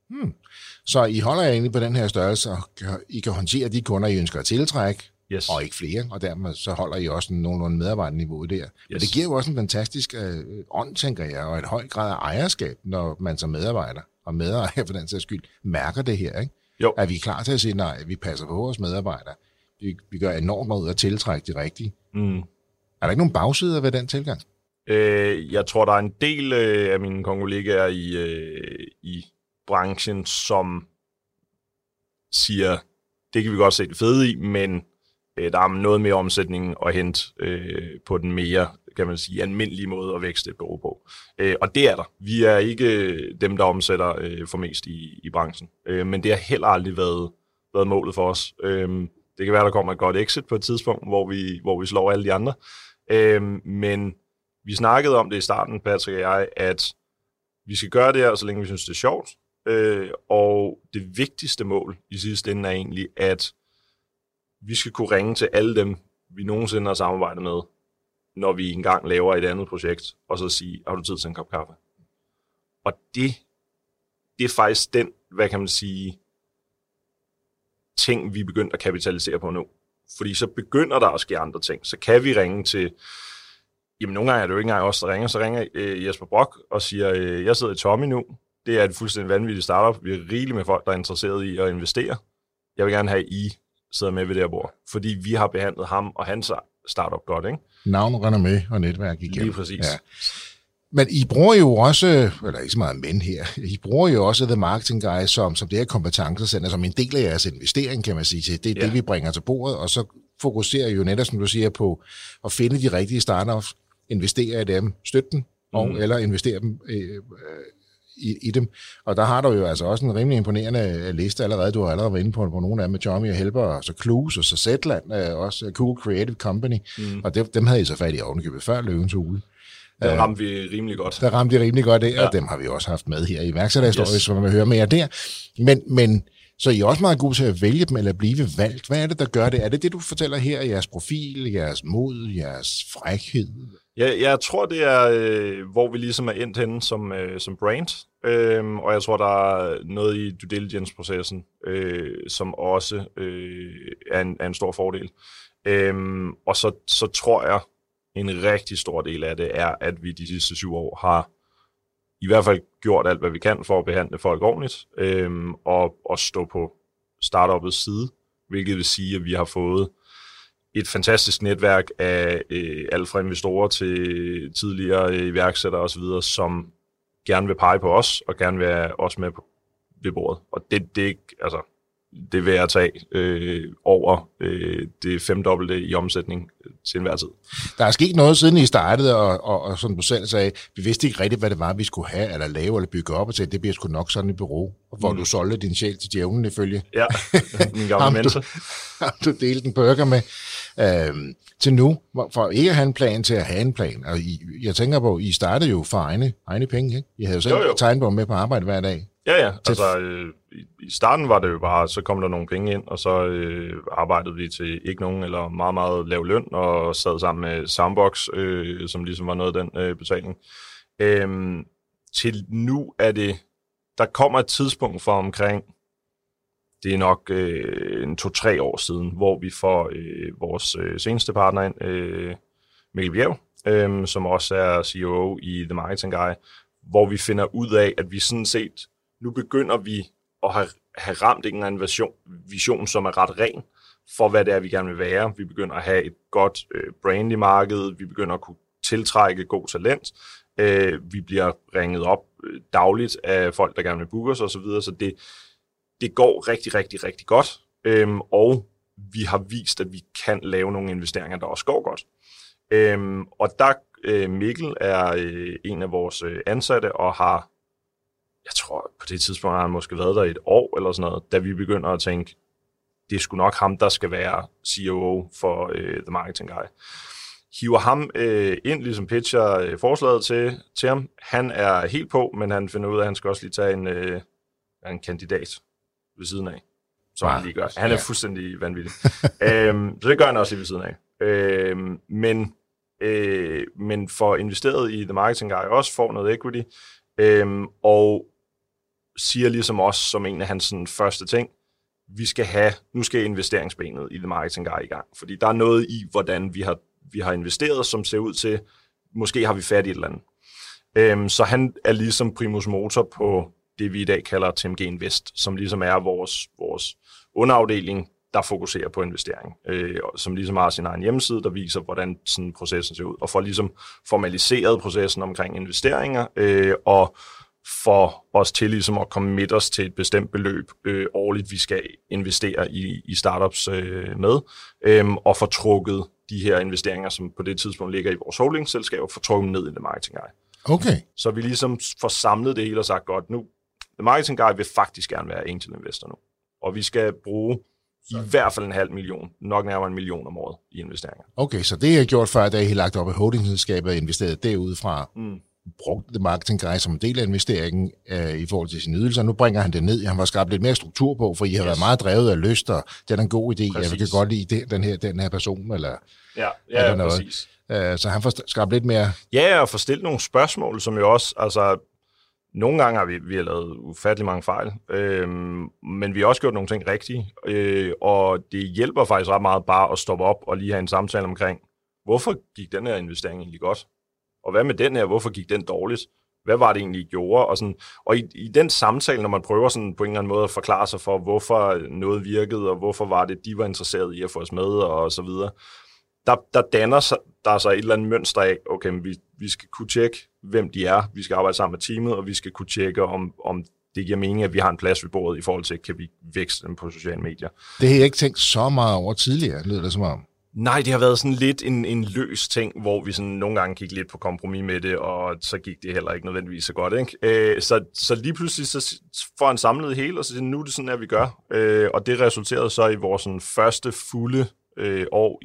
[SPEAKER 1] Så I holder jer egentlig på den her størrelse, og I kan håndtere de kunder, I ønsker at tiltrække,
[SPEAKER 2] Yes.
[SPEAKER 1] og ikke flere, og dermed så holder I også nogenlunde medarbejderniveau der. Men det giver jo også en fantastisk ånd, tænker jeg, og et højt grad af ejerskab, når man som medarbejder, og medejer for den sags skyld, mærker det her, ikke?
[SPEAKER 2] Jo.
[SPEAKER 1] At vi er klar til at sige, nej, vi passer på vores medarbejdere. Vi gør enormt meget ud at tiltrække de rigtige. Er der ikke nogen bagsider ved den tilgang?
[SPEAKER 2] Jeg tror, der er en del af mine kollegaer i branchen, som siger, det kan vi godt se det fede i, men der er noget mere omsætning at hente på den mere, kan man sige, almindelige måde at vækste et bureau på. Og det er der. Vi er ikke dem, der omsætter for mest i branchen. Men det har heller aldrig været målet for os. Det kan være, der kommer et godt exit på et tidspunkt, hvor vi slår alle de andre. Men vi snakkede om det i starten, Patrick og jeg, at vi skal gøre det her, så længe vi synes, det er sjovt. Og det vigtigste mål i sidste ende er egentlig, at vi skal kunne ringe til alle dem, vi nogensinde har samarbejdet med, når vi engang laver et andet projekt, og så sige, har du tid til en kop kaffe? Og det er faktisk den, hvad kan man sige, ting, vi er begyndt at kapitalisere på nu. Fordi så begynder der at ske andre ting. Så kan vi ringe til, jamen nogle gange er det jo ikke engang os, der ringer, så ringer Jesper Brock og siger, jeg sidder i Tommy nu, det er et fuldstændig vanvittigt startup, vi er rigeligt med folk, der er interesseret i at investere. Jeg vil gerne have, at I sidder med ved det her bord, fordi vi har behandlet ham og hans startup godt, ikke?
[SPEAKER 1] Navn, renommé og netværk igennem.
[SPEAKER 2] Lige præcis. Ja.
[SPEAKER 1] Men I bruger jo også, eller ikke så meget men her, I bruger jo også The Marketing Guy som det her kompetencecenter, som en del af jeres investering, kan man sige til. Det er det, vi bringer til bordet, og så fokuserer I jo netop, som du siger, på at finde de rigtige startups, investere i dem, støtte dem, eller investere dem i dem. Og der har du jo altså også en rimelig imponerende liste allerede. Du har allerede været inde på nogle af dem med Tommy og Helper, og så Clues, og så Zetland, også Cool Creative Company. Og dem havde I så fat i ovenikøbet før Løvens Hule.
[SPEAKER 2] Der ramte vi rimelig godt.
[SPEAKER 1] Der ramte vi rimelig godt af, og dem har vi også haft med her i iværksætterhistorie, så man vil høre mere der. Men så I er også meget gode til at vælge dem, eller blive valgt. Hvad er det, der gør det? Er det det, du fortæller her, jeres profil, jeres mod, jeres frækhed?
[SPEAKER 2] Ja, jeg tror, det er, hvor vi ligesom er endt henne som brand. Og jeg tror, der er noget i due diligence-processen, som også er en stor fordel. Og så tror jeg, en rigtig stor del af det er, at vi de sidste 7 år har i hvert fald gjort alt, hvad vi kan for at behandle folk ordentligt, og stå på startuppets side, hvilket vil sige, at vi har fået et fantastisk netværk af alt fra investorer til tidligere iværksættere osv., som gerne vil pege på os, og gerne vil have os med ved bordet. Og det vil jeg tage over det 5-dobbelte i omsætning til enhver tid.
[SPEAKER 1] Der er sket noget, siden I startede, og som du selv sagde, vi vidste ikke rigtigt, hvad det var, vi skulle have, eller lave, eller bygge op, og til det bliver sgu nok sådan et bureau, hvor du solgte din sjæl til djævlen, ifølge.
[SPEAKER 2] Ja, min gamle mentor.
[SPEAKER 1] Du delte en burger med. Til nu, for ikke at have en plan, til at have en plan. Og jeg tænker på, I startede jo for egne penge, ikke? I havde jo selv tegnbog med på arbejde hver dag.
[SPEAKER 2] Ja. Altså, i starten var det jo bare, så kom der nogle penge ind, og så arbejdede vi til ikke nogen, eller meget, meget lav løn, og sad sammen med Soundbox, som ligesom var noget af den betaling. Til nu er det, der kommer et tidspunkt for omkring, det er nok 2-3 år siden, hvor vi får vores seneste partner ind, Mikkel Bjerg, som også er CEO i The Marketing Guy, hvor vi finder ud af, at vi sådan set, nu begynder vi at have ramt en vision, som er ret ren for, hvad det er, vi gerne vil være. Vi begynder at have et godt brand i markedet. Vi begynder at kunne tiltrække god talent. Vi bliver ringet op dagligt af folk, der gerne vil booke os osv. Så det går rigtig, rigtig, rigtig godt. Og vi har vist, at vi kan lave nogle investeringer, der også går godt. Og der Mikkel er en af vores ansatte og har, jeg tror på det tidspunkt har han måske været der 1 år eller sådan noget, da vi begynder at tænke, det er sgu nok ham, der skal være CEO for The Marketing Guy. Hiver ham ind, ligesom pitcher forslaget til ham. Han er helt på, men han finder ud af, at han skal også lige tage en kandidat ved siden af, som han lige gør. Han er fuldstændig vanvittig. Så det gør han også lige ved siden af. Men får investeret i The Marketing Guy også, får noget equity, og siger ligesom os som en af hans sådan, første ting, nu skal investeringsbenet i The Marketing Guy i gang. Fordi der er noget i, hvordan vi har investeret, som ser ud til, måske har vi fat i et eller andet. Så han er ligesom primus motor på det, vi i dag kalder TMG Invest, som ligesom er vores underafdeling, der fokuserer på investering, som ligesom har sin egen hjemmeside, der viser, hvordan sådan processen ser ud, og får ligesom formaliseret processen omkring investeringer, og for os til ligesom at committe os til et bestemt beløb årligt, vi skal investere i startups med, og få trukket de her investeringer, som på det tidspunkt ligger i vores holdingselskab, og få trukket ned i The Marketing Guy.
[SPEAKER 1] Okay.
[SPEAKER 2] Så vi ligesom får samlet det hele og sagt, godt, nu, The Marketing Guy vil faktisk gerne være angel investor nu, og vi skal bruge i hvert fald 500.000, nok nærmere 1 million om året i investeringer.
[SPEAKER 1] Okay, så det, jeg har gjort før, da I har lagt op i holdingselskabet og investeret derudefra, brugt The Marketing Guy som en del af investeringen i forhold til sine ydelser. Nu bringer han det ned. Han var skabt lidt mere struktur på, for I har været meget drevet af lyst, og det er en god idé. Præcis. Jeg kan godt lide den her person, eller noget. Præcis. Så han får skabt lidt mere...
[SPEAKER 2] Ja, og får stillet nogle spørgsmål, som jo også... Altså, nogle gange har vi har lavet ufattelig mange fejl, men vi har også gjort nogle ting rigtige, og det hjælper faktisk ret meget bare at stoppe op og lige have en samtale omkring, hvorfor gik den her investering egentlig godt? Og hvad med den her? Hvorfor gik den dårligt? Hvad var det egentlig, I gjorde? Og i den samtale, når man prøver sådan på en eller anden måde at forklare sig for, hvorfor noget virkede, og hvorfor var det, de var interesseret i at få os med, og så videre, der danner der sig et eller andet mønster af, okay, vi skal kunne tjekke, hvem de er, vi skal arbejde sammen med teamet, og vi skal kunne tjekke, om det giver mening, at vi har en plads ved bordet i forhold til, kan vi vækste dem på sociale medier.
[SPEAKER 1] Det har jeg ikke tænkt så meget over tidligere, lyder det som om.
[SPEAKER 2] Nej, det har været sådan lidt en løs ting, hvor vi sådan nogle gange gik lidt på kompromis med det, og så gik det heller ikke nødvendigvis så godt, ikke? Så lige pludselig så får han samlet hele, og så nu er det sådan, at vi gør. Og det resulterede så i vores sådan, første fulde år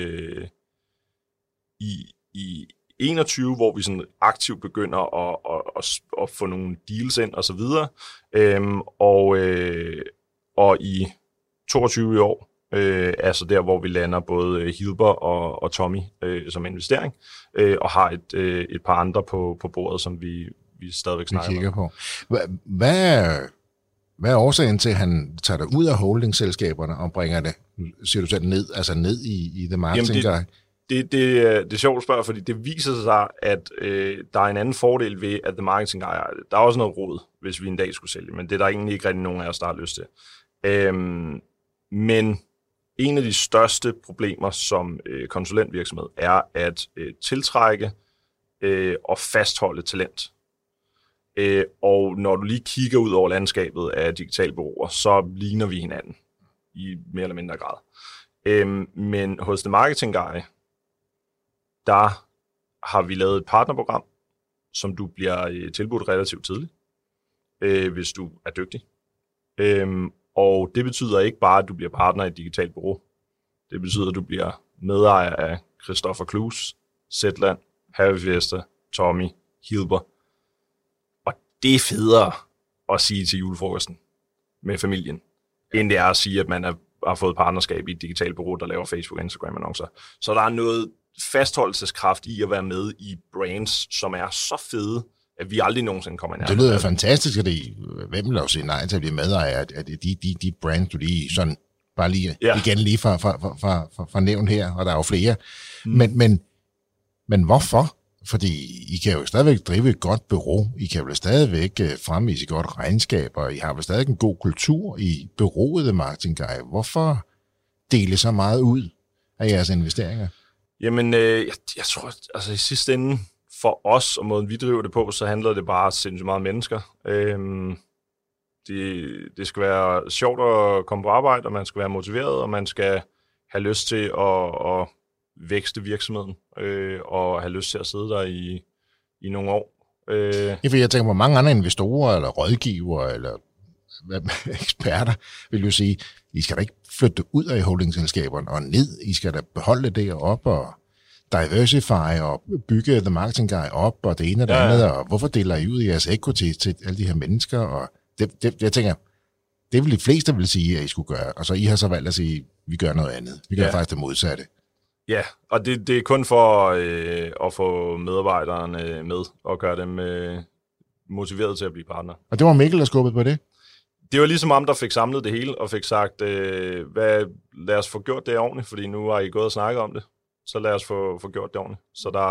[SPEAKER 2] i 21, hvor vi sådan aktivt begynder at få nogle deals ind og så videre. Og i 22 i år, altså der, hvor vi lander både Hilber og Tommy som investering, og har et par andre på bordet, som vi stadigvæk snakker
[SPEAKER 1] på. Hvad er årsagen til, at han tager det ud af holdingselskaberne og bringer det, siger du selv, ned i The Marketing Guy?
[SPEAKER 2] Det er sjovt at spørge, fordi det viser sig, at der er en anden fordel ved, at The Marketing Guy, der er også noget rod, hvis vi en dag skulle sælge, men det er der egentlig ikke rigtig nogen af os, der har lyst til. Men en af de største problemer som konsulentvirksomhed er at tiltrække og fastholde talent. Og når du lige kigger ud over landskabet af digitale bureauer, så ligner vi hinanden i mere eller mindre grad. Men hos The Marketing Guy, der har vi lavet et partnerprogram, som du bliver tilbudt relativt tidligt, hvis du er dygtig. Og det betyder ikke bare, at du bliver partner i et digitalt bureau. Det betyder, at du bliver medejer af Christoffer Klus, Zetland, Harry Fiesta, Tommy, Hilber. Og det er federe at sige til julefrokosten med familien, end det er at sige, at man har fået partnerskab i et digitalt bureau, der laver Facebook og Instagram-annoncer. Så der er noget fastholdelseskraft i at være med i brands, som er så fede, at vi aldrig nogensinde kommer ind.
[SPEAKER 1] Det lyder fantastisk, at hvem vil jo sige nej til at blive medejer af de brands, du lige sådan, bare lige igen lige fra nævnt her, og der er jo flere. Men hvorfor? Fordi I kan jo stadigvæk drive et godt bureau, I kan jo stadigvæk fremvise godt regnskab, og I har vel stadig en god kultur i bureauet The Marketing Guy. Hvorfor dele så meget ud af jeres investeringer? Jamen,
[SPEAKER 2] jeg tror, altså i sidste ende, for os, og måden vi driver det på, så handler det bare sindssygt meget om mennesker. Det skal være sjovt at komme på arbejde, og man skal være motiveret, og man skal have lyst til at vækste virksomheden, og have lyst til at sidde der i nogle år.
[SPEAKER 1] For jeg tænker på mange andre investorer, eller rådgivere, eller eksperter, vil jo sige, I skal da ikke flytte ud af holdingselskaberne og ned, I skal da beholde det deroppe, og diversify og bygge The Marketing Guy op, og det ene og det andet, og hvorfor deler I ud i jeres equity til alle de her mennesker, og jeg tænker, det vil de fleste vil sige, at I skulle gøre, og så I har så valgt at sige, at vi gør noget andet. Vi gør faktisk det modsatte.
[SPEAKER 2] Ja, og det er kun for at få medarbejderne med, og gøre dem motiveret til at blive partner.
[SPEAKER 1] Og det var Mikkel, der skubbede på det?
[SPEAKER 2] Det var ligesom ham, der fik samlet det hele og fik sagt, lad os få gjort det ordentligt, fordi nu har I gået og snakket om det. Så lad os få gjort det ordentligt.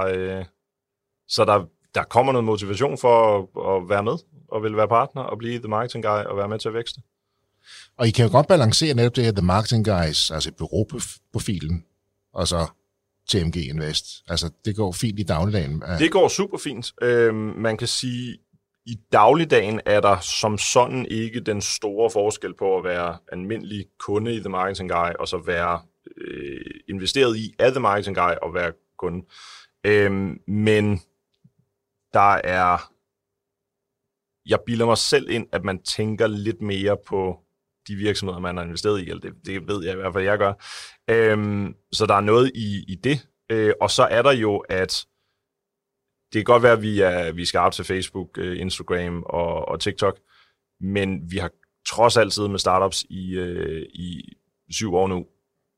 [SPEAKER 2] Så der kommer noget motivation for at være med, og vil være partner, og blive the marketing guy, og være med til at vækste.
[SPEAKER 1] Og I kan jo godt balancere netop det her the marketing guys, altså bureauprofilen, og så TMG Invest. Altså, det går fint i dagligdagen.
[SPEAKER 2] Det går super fint. Man kan sige, i dagligdagen er der som sådan ikke den store forskel på at være almindelig kunde i The Marketing Guy, og så være investeret i The Marketing Guy og være kunde. Men der er... Jeg bilder mig selv ind, at man tænker lidt mere på de virksomheder, man har investeret i, eller det ved jeg i hvert fald, jeg gør. Så der er noget i det. Og så er der jo, at det kan godt være, at vi skal op til Facebook, Instagram og TikTok, men vi har trods alt siddet med startups i 7 år nu.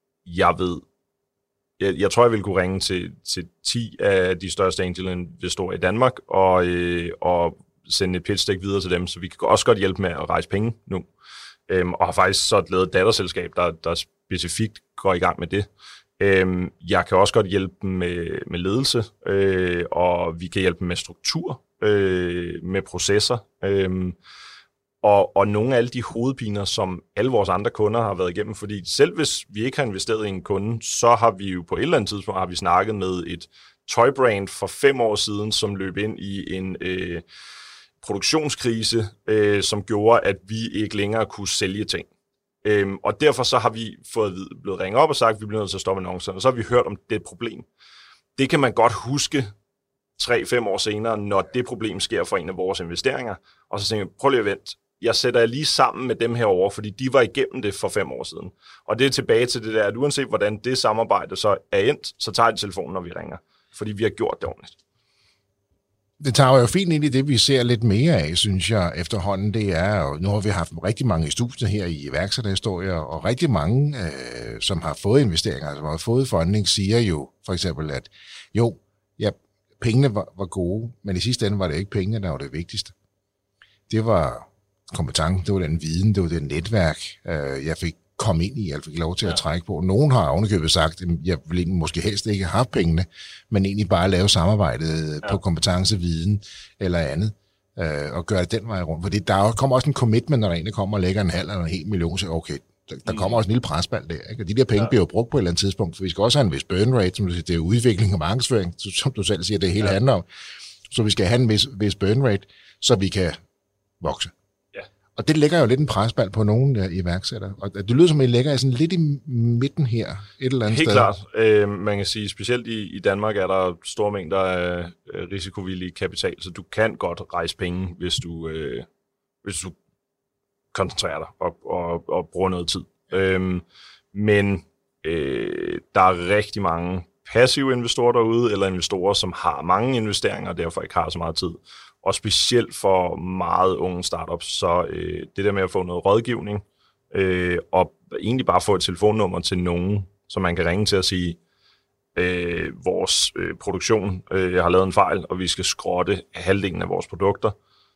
[SPEAKER 2] Jeg tror, jeg vil kunne ringe til 10 af de største angel-investorer i Danmark og sende et pitch deck videre til dem, så vi kan også godt hjælpe med at rejse penge nu. Og har faktisk så lavet et datterselskab, der specifikt går i gang med det. Jeg kan også godt hjælpe dem med ledelse, og vi kan hjælpe dem med struktur, med processer, og nogle af alle de hovedpiner, som alle vores andre kunder har været igennem, fordi selv hvis vi ikke har investeret i en kunde, så har vi jo på et eller andet tidspunkt har vi snakket med et tøjbrand for 5 år siden, som løb ind i en produktionskrise, som gjorde, at vi ikke længere kunne sælge ting. Og derfor så har vi blevet ringet op og sagt, at vi bliver nødt til at stoppe annoncerne, og så har vi hørt om det problem. Det kan man godt huske 3-5 år senere, når det problem sker for en af vores investeringer, og så tænker jeg, prøv lige at vente, jeg sætter jer lige sammen med dem herovre, fordi de var igennem det for 5 år siden. Og det er tilbage til det der, at uanset hvordan det samarbejde så er endt, så tager de telefonen, når vi ringer, fordi vi har gjort det ordentligt.
[SPEAKER 1] Det tager jo fint ind i det, vi ser lidt mere af, synes jeg, efterhånden. Det er jo, nu har vi haft rigtig mange studier her i iværksætterhistorier, og rigtig mange, som har fået investeringer, som har fået funding, siger jo for eksempel, at jo, ja, pengene var gode, men i sidste ende var det ikke pengene, der var det vigtigste. Det var kompetencen, det var den viden, det var det netværk, jeg fik komme ind i, jeg fik lov til at trække på. Nogen har ovenikøbet sagt, at jeg ville måske helst ikke have pengene, men egentlig bare lave samarbejdet på kompetence, viden eller andet, og gøre det den vej rundt. Fordi der kommer også en commitment, når der egentlig kommer og lægger en halv eller en hel million, så okay, der kommer også en lille presbald der, ikke? Og de der penge bliver jo brugt på et eller andet tidspunkt, for vi skal også have en vis burn rate, som du siger, det er udvikling og markedsføring, som du selv siger, det hele handler om. Så vi skal have en vis burn rate, så vi kan vokse. Og det lægger jo lidt en presbald på nogle iværksættere. Og det lyder som, at I lægger sådan lidt i midten her, et eller andet
[SPEAKER 2] Helt
[SPEAKER 1] sted.
[SPEAKER 2] Helt klart. Man kan sige, specielt i Danmark er der store mængder af risikovillig kapital, så du kan godt rejse penge, hvis du koncentrerer dig og bruger noget tid. Men der er rigtig mange passive investorer derude, eller investorer, som har mange investeringer, og derfor ikke har så meget tid. Og specielt for meget unge startups, så det der med at få noget rådgivning, og egentlig bare få et telefonnummer til nogen, som man kan ringe til og sige, vores produktion har lavet en fejl, og vi skal skrotte halvdelen af vores produkter,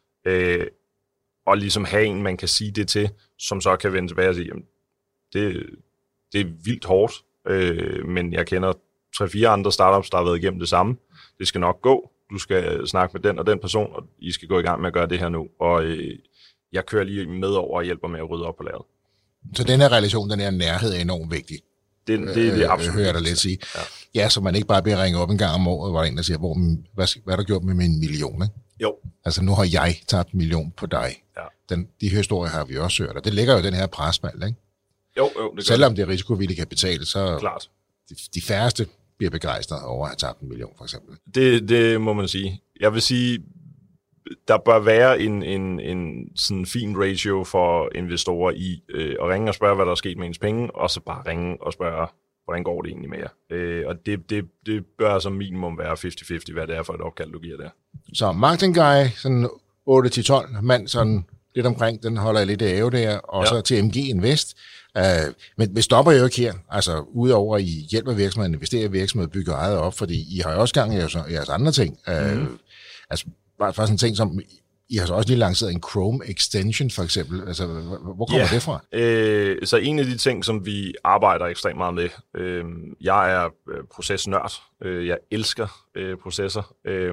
[SPEAKER 2] og ligesom have en, man kan sige det til, som så kan vende tilbage og sige, jamen, det er vildt hårdt, men jeg kender 3-4 andre startups, der har været igennem det samme. Det skal nok gå. Du skal snakke med den og den person, og I skal gå i gang med at gøre det her nu. Og jeg kører lige med over og hjælper med at rydde op på lageret.
[SPEAKER 1] Så den her relation, den her nærhed er enormt vigtig.
[SPEAKER 2] Det er det absolut.
[SPEAKER 1] Hører jeg dig lidt sige. Ja, så man ikke bare bliver ringet op en gang om året, hvor der en, der siger, hvad er der gjort med min million, ikke?
[SPEAKER 2] Jo.
[SPEAKER 1] Altså, nu har jeg tabt 1 million på dig. Ja. De historier har vi også hørt, og det ligger jo den her presbald, ikke?
[SPEAKER 2] Jo, det
[SPEAKER 1] selvom det er risikovillig kapital, så
[SPEAKER 2] klart.
[SPEAKER 1] De færreste bliver begejstret over at have tabt 1 million, for eksempel.
[SPEAKER 2] Det må man sige. Jeg vil sige, der bør være en sådan fin ratio for investorer i at ringe og spørge, hvad der er sket med ens penge, og så bare ringe og spørge, hvordan går det egentlig med jer? Og det bør som minimum være 50-50, hvad det er for et opkald, du giver der. Så
[SPEAKER 1] marketing guy, sådan 8-12 mand, sådan lidt omkring, den holder jeg lidt af der, og så TMG Invest. Men vi stopper jo ikke her, altså udover at I hjælper virksomheden, investerer i virksomheden, bygger ejet op, fordi I har jo også gang i jeres andre ting. Altså bare sådan en ting som, I har så også lige lanceret en Chrome extension, for eksempel. Altså, hvor kommer det fra?
[SPEAKER 2] Så en af de ting, som vi arbejder ekstremt meget med, jeg er procesnørd. Jeg elsker processer,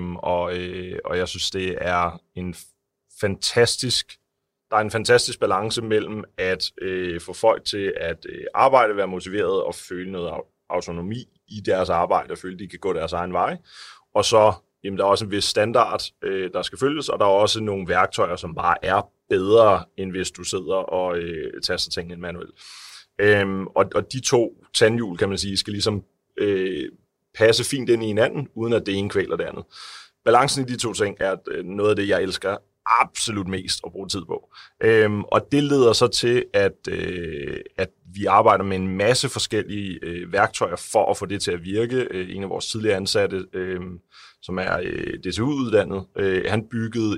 [SPEAKER 2] og jeg synes, det er en fantastisk balance mellem at få folk til at arbejde, være motiveret og føle noget autonomi i deres arbejde, og føle, at de kan gå deres egen vej. Og så, jamen, der er også en vis standard, der skal følges, og der er også nogle værktøjer, som bare er bedre, end hvis du sidder og taster tingene manuelt. Og de to tandhjul, kan man sige, skal ligesom passe fint ind i hinanden, uden at det ene kvæler det andet. Balancen i de to ting er noget af det, jeg elsker absolut mest at bruge tid på. Og det leder så til, at vi arbejder med en masse forskellige værktøjer for at få det til at virke. En af vores tidligere ansatte, som er DTU-uddannet, han byggede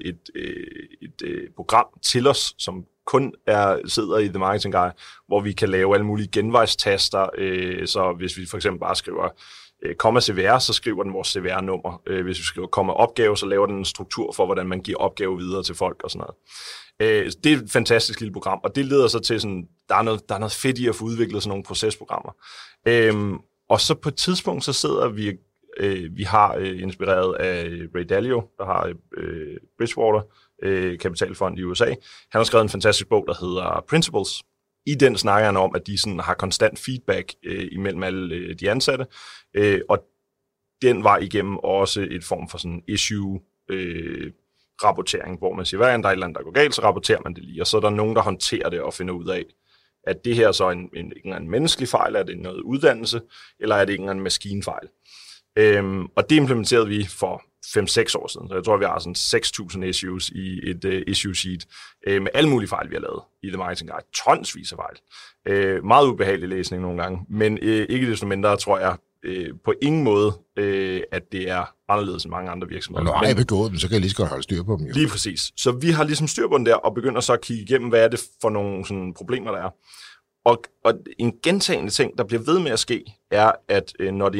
[SPEAKER 2] et program til os, som kun sidder i The Marketing Guy, hvor vi kan lave alle mulige genvejstaster. Så hvis vi for eksempel bare skriver komma CVR, så skriver den vores CVR-nummer. Hvis vi skriver komma opgave, så laver den en struktur for, hvordan man giver opgave videre til folk og sådan noget. Det er et fantastisk lille program, og det leder så til sådan, der er noget fedt i at få udviklet sådan nogle procesprogrammer. Og så på et tidspunkt, så sidder vi har inspireret af Ray Dalio, der har Bridgewater kapitalfond i USA. Han har skrevet en fantastisk bog, der hedder Principles. I den snakker han om, at de sådan har konstant feedback imellem alle de ansatte, og den var igennem også et form for sådan issue-rapportering, hvor man siger, hver gang der er et eller andet, der går galt, så rapporterer man det lige, og så er der nogen, der håndterer det og finder ud af, at det her så er en menneskelig fejl, er det noget uddannelse, eller er det en maskinfejl. Og det implementerede vi for 5-6 år siden. Så jeg tror, vi har sådan 6.000 issues i et issue sheet med alle mulige fejl, vi har lavet i The Marketing Guide. Tonsvis af fejl. Meget ubehagelig læsning nogle gange, men ikke desto mindre tror jeg på ingen måde, at det er anderledes end mange andre virksomheder.
[SPEAKER 1] Og når jeg begået dem, så kan jeg lige så godt holde styr på dem. Jo.
[SPEAKER 2] Lige præcis. Så vi har ligesom styr på den der, og begynder så at kigge igennem, hvad er det for nogle sådan problemer, der er. Og en gentagende ting, der bliver ved med at ske, er, at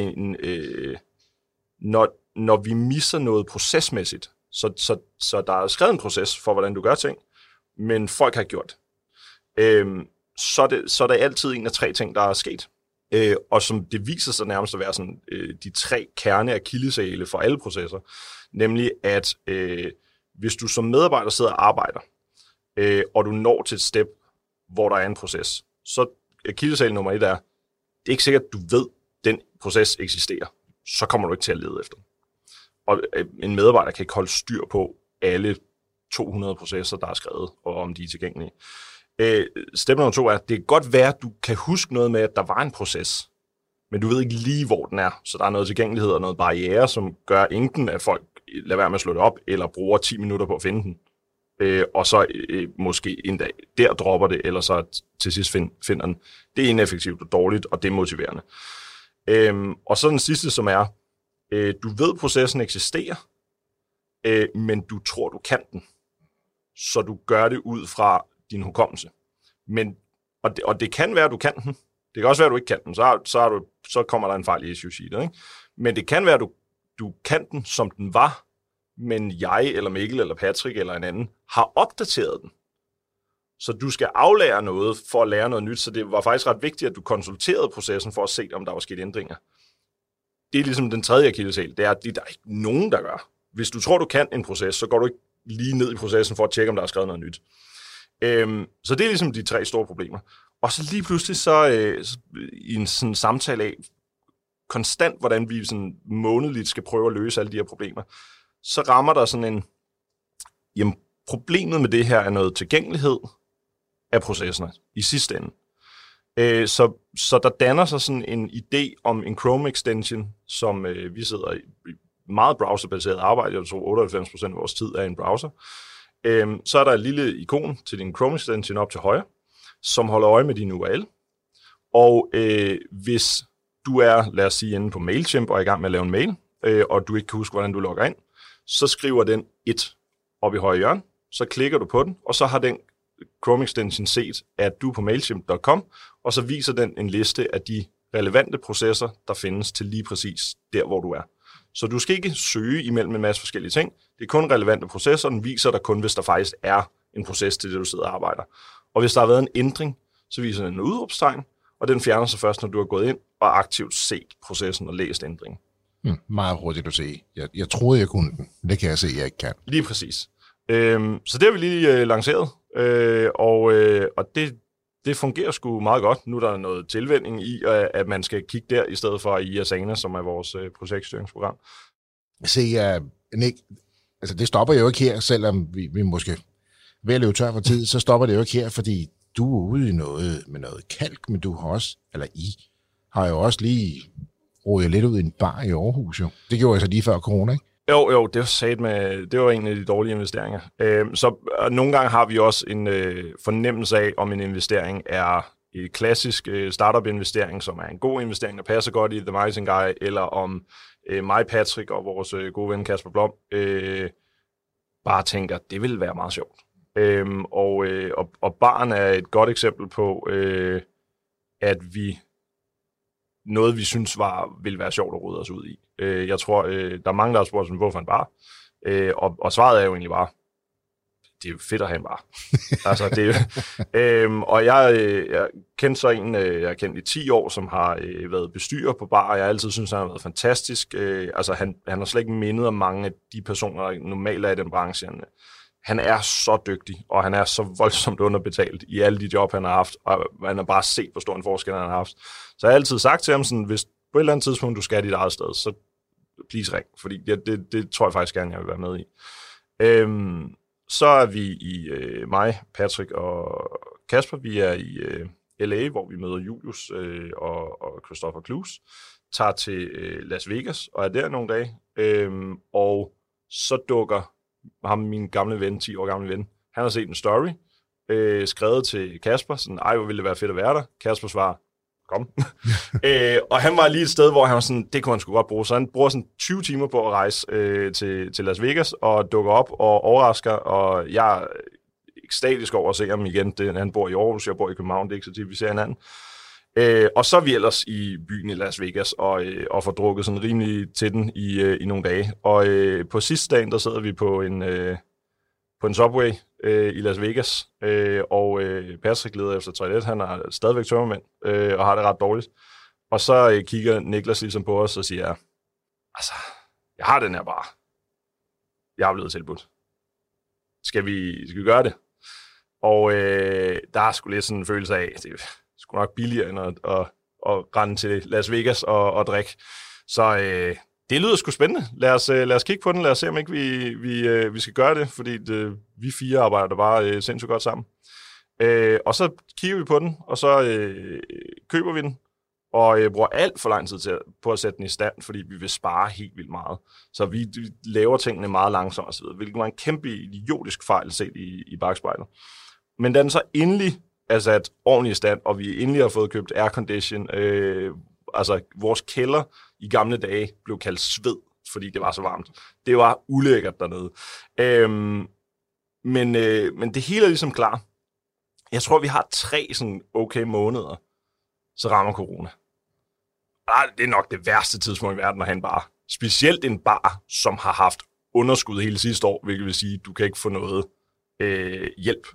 [SPEAKER 2] når vi misser noget procesmæssigt, så der er skrevet en proces for, hvordan du gør ting, men folk har gjort. Så er der altid en af 3 ting, der er sket. Og som det viser sig nærmest at være sådan, de 3 kerne akilleshæle for alle processer. Nemlig, at hvis du som medarbejder sidder og arbejder, og du når til et step, hvor der er en proces, så akilleshæle nummer 1 er, det er ikke sikkert, at du ved, at den proces eksisterer. Så kommer du ikke til at lede efter den. Og en medarbejder kan ikke holde styr på alle 200 processer, der er skrevet, og om de er tilgængelige. Step nummer 2 er, det kan godt være, at du kan huske noget med, at der var en proces, men du ved ikke lige, hvor den er. Så der er noget tilgængelighed og noget barriere, som gør enten, at folk lader være med at slå det op, eller bruger 10 minutter på at finde den. Og så måske en dag der dropper det, eller så til sidst finder den. Det er ineffektivt og dårligt, og det er motiverende. Og så den sidste, som er, du ved, processen eksisterer, men du tror, du kan den. Så du gør det ud fra din hukommelse. Og det kan være, at du kan den. Det kan også være, at du ikke kan den. Så kommer der en fejl i issue sheetet, ikke? Men det kan være, at du kan den, som den var, men jeg, eller Mikkel, eller Patrick, eller en anden, har opdateret den. Så du skal aflære noget for at lære noget nyt, så det var faktisk ret vigtigt, at du konsulterede processen for at se, om der var sket ændringer. Det er ligesom den tredje akilleshæl, det er, at der er ikke nogen, der gør. Hvis du tror, du kan en proces, så går du ikke lige ned i processen for at tjekke, om der er skrevet noget nyt. Så det er ligesom de 3 store problemer. Og så lige pludselig så i en sådan samtale af konstant, hvordan vi sådan månedligt skal prøve at løse alle de her problemer, så rammer der sådan jamen problemet med det her er noget tilgængelighed af processerne i sidste ende. Så der danner sig sådan en idé om en Chrome extension, som vi sidder i meget browserbaseret arbejde. Jeg tror 98% af vores tid er en browser. Så er der et lille ikon til din Chrome extension op til højre, som holder øje med din URL. Og hvis du er, lad os sige, inde på MailChimp og er i gang med at lave en mail, og du ikke kan huske, hvordan du logger ind, så skriver den 1 op i højre hjørne, så klikker du på den, og så har den Chrome extension set, at du er på mailchimp.com, og så viser den en liste af de relevante processer, der findes til lige præcis der, hvor du er. Så du skal ikke søge imellem en masse forskellige ting. Det er kun relevante processer, den viser dig kun, hvis der faktisk er en proces til det, du sidder og arbejder. Og hvis der har været en ændring, så viser den en udråbstegn, og den fjerner sig først, når du har gået ind og aktivt set processen og læst ændringen.
[SPEAKER 1] Meget hurtigt at se. Jeg troede, jeg kunne den. Det kan jeg se, jeg ikke kan.
[SPEAKER 2] Lige præcis. Så det har vi lige lanceret, og det fungerer sgu meget godt. Nu er der noget tilvænning i, at man skal kigge der, i stedet for i Asana, som er vores projektstyringsprogram.
[SPEAKER 1] Se, Nick, altså det stopper jo ikke her, selvom vi måske ved at løbe tør for tid, så stopper det jo ikke her, fordi du er ude i noget med noget kalk, men du har også, eller har jo også lige rodet lidt ud i en bar i Aarhus, jo. Det gjorde jeg så lige før corona, ikke?
[SPEAKER 2] Jo, det var en af de dårlige investeringer. Så nogle gange har vi også en fornemmelse af, om en investering er en klassisk startup-investering, som er en god investering, der passer godt i The Marketing Guy, eller om mig, Patrick og vores gode ven Kasper Blom bare tænker, det ville være meget sjovt. Og baren er et godt eksempel på, at noget vi synes ville være sjovt at rode os ud i. Jeg tror, der er mange, der har spurgt, hvorfor en bar? Og svaret er jo egentlig bare, det er jo fedt at have en bar. Altså, det er og jeg kendte så en, jeg har kendt i 10 år, som har været bestyrer på bar, og jeg altid synes, han har været fantastisk. Altså, han har slet ikke mindet om mange af de personer, der normalt er i den branche. Han er så dygtig, og han er så voldsomt underbetalt i alle de job, han har haft, og man har bare set, hvor stor en forskel han har haft. Så jeg har altid sagt til ham, sådan, hvis på et eller andet tidspunkt, du skal dit eget sted, så please ring, fordi det tror jeg faktisk gerne, jeg vil være med i. Så er vi i mig, Patrick og Kasper, vi er i LA, hvor vi møder Julius og Christopher Clues, tager til Las Vegas og er der nogle dage, og så dukker ham, min gamle ven, 10 år gamle ven, han har set en story, skrevet til Kasper, sådan, hvor ville det være fedt at være der. Kasper svarer, kom. Og han var lige et sted, hvor han var sådan, det kunne han sgu godt bruge. Så han bruger sådan 20 timer på at rejse til Las Vegas, og dukker op og overrasker, og jeg er ekstatisk over at se ham igen. Han bor i Aarhus, jeg bor i København, det er ikke så tit, vi ser hinanden. Og så er vi ellers i byen i Las Vegas, og får drukket sådan rimelig til den i nogle dage. Og på sidste dagen, der sidder vi på en Subway i Las Vegas, og Patrick leder efter toilet. Han er stadigvæk tømmermænd, og har det ret dårligt. Og så kigger Niklas ligesom på os og siger, altså, jeg har den her bar. Jeg er blevet tilbudt. Skal vi gøre det? Og der er sgu lidt sådan en følelse af, det er sgu nok billigere end at rende til Las Vegas og drikke. Så det lyder sgu spændende. Lad os kigge på den. Lad os se, om ikke vi skal gøre det, fordi vi 4 arbejder bare sindssygt godt sammen. Og så kigger vi på den, og så køber vi den, og bruger alt for lang tid på at sætte den i stand, fordi vi vil spare helt vildt meget. Så vi laver tingene meget langsomt osv., hvilket var en kæmpe idiotisk fejl set i bagspejlet. Men da den så endelig er sat ordentligt i stand, og vi endelig har fået købt aircondition, altså vores kælder i gamle dage blev kaldt sved, fordi det var så varmt. Det var ulækkert dernede. Men det hele er ligesom klar. Jeg tror, vi har 3 sådan okay måneder, så rammer corona. Det er nok det værste tidspunkt i verden at have en bar. Specielt en bar, som har haft underskud hele sidste år, hvilket vil sige, at du kan ikke få noget hjælp.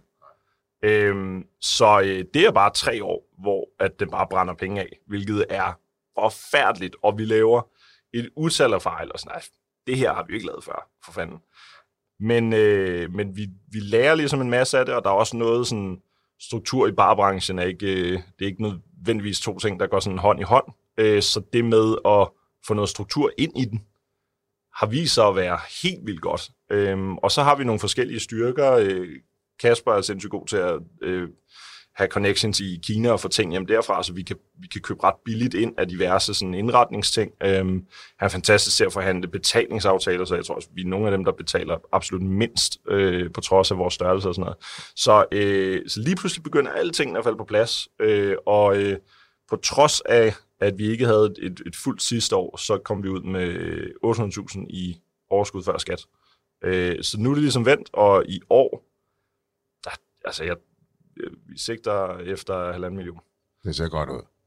[SPEAKER 2] Så det er bare 3 år, hvor at den bare brænder penge af, hvilket er forfærdeligt, og vi laver et utal af fejl, og sådan, det her har vi ikke lavet før, for fanden. Men vi lærer ligesom en masse af det, og der er også noget sådan, struktur i barbranchen, det er ikke nødvendigvis 2 ting, der går sådan hånd i hånd, så det med at få noget struktur ind i den, har vist sig at være helt vildt godt. Og så har vi nogle forskellige styrker. Kasper er sindssygt god til at have connections i Kina og få ting hjem derfra, så vi kan købe ret billigt ind af diverse sådan indretningsting. Han er fantastisk til at forhandle betalingsaftaler, så jeg tror også, vi er nogle af dem, der betaler absolut mindst på trods af vores størrelse og sådan noget. Så lige pludselig begynder alle tingene at falde på plads, og på trods af, at vi ikke havde et fuldt sidste år, så kom vi ud med 800.000 i overskud før skat. Så nu er det ligesom vendt, og i år, vi sigter efter 1,5 million.
[SPEAKER 1] Det ser godt ud.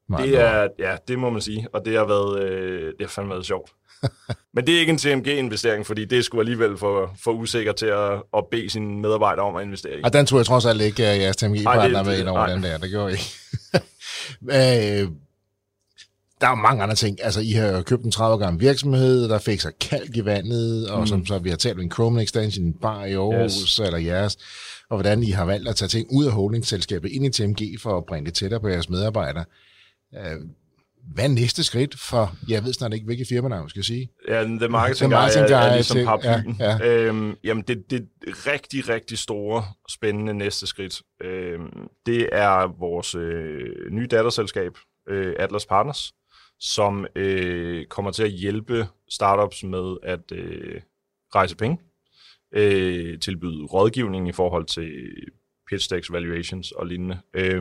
[SPEAKER 2] Det må man sige, og det har fandme været sjovt. Men det er ikke en TMG-investering, fordi det er sgu alligevel for usikker til at bede sine medarbejdere om at investere i.
[SPEAKER 1] Og den tror jeg trods alt ikke, at jeres TMG-partner med ind over den der. Det gjorde I ikke. Der er jo mange andre ting. Altså, I har købt en 30 år gammel virksomhed, der fik sig kalk i vandet, og som så vi har talt med en Chrome Extension bare i Aarhus, eller jeres, og hvordan I har valgt at tage ting ud af holdingselskabet ind i TMG for at bringe det tættere på jeres medarbejdere. Hvad er næste skridt for, jeg ved snart ikke, hvilke firmanavn skal sige?
[SPEAKER 2] Ja, The Marketing Guy er ligesom paraplyen. Ja. Jamen, det rigtig, rigtig store, spændende næste skridt, det er vores nye datterselskab, Atlas Partners, som kommer til at hjælpe startups med at rejse penge, tilbyde rådgivning i forhold til pitch decks, valuations og lignende.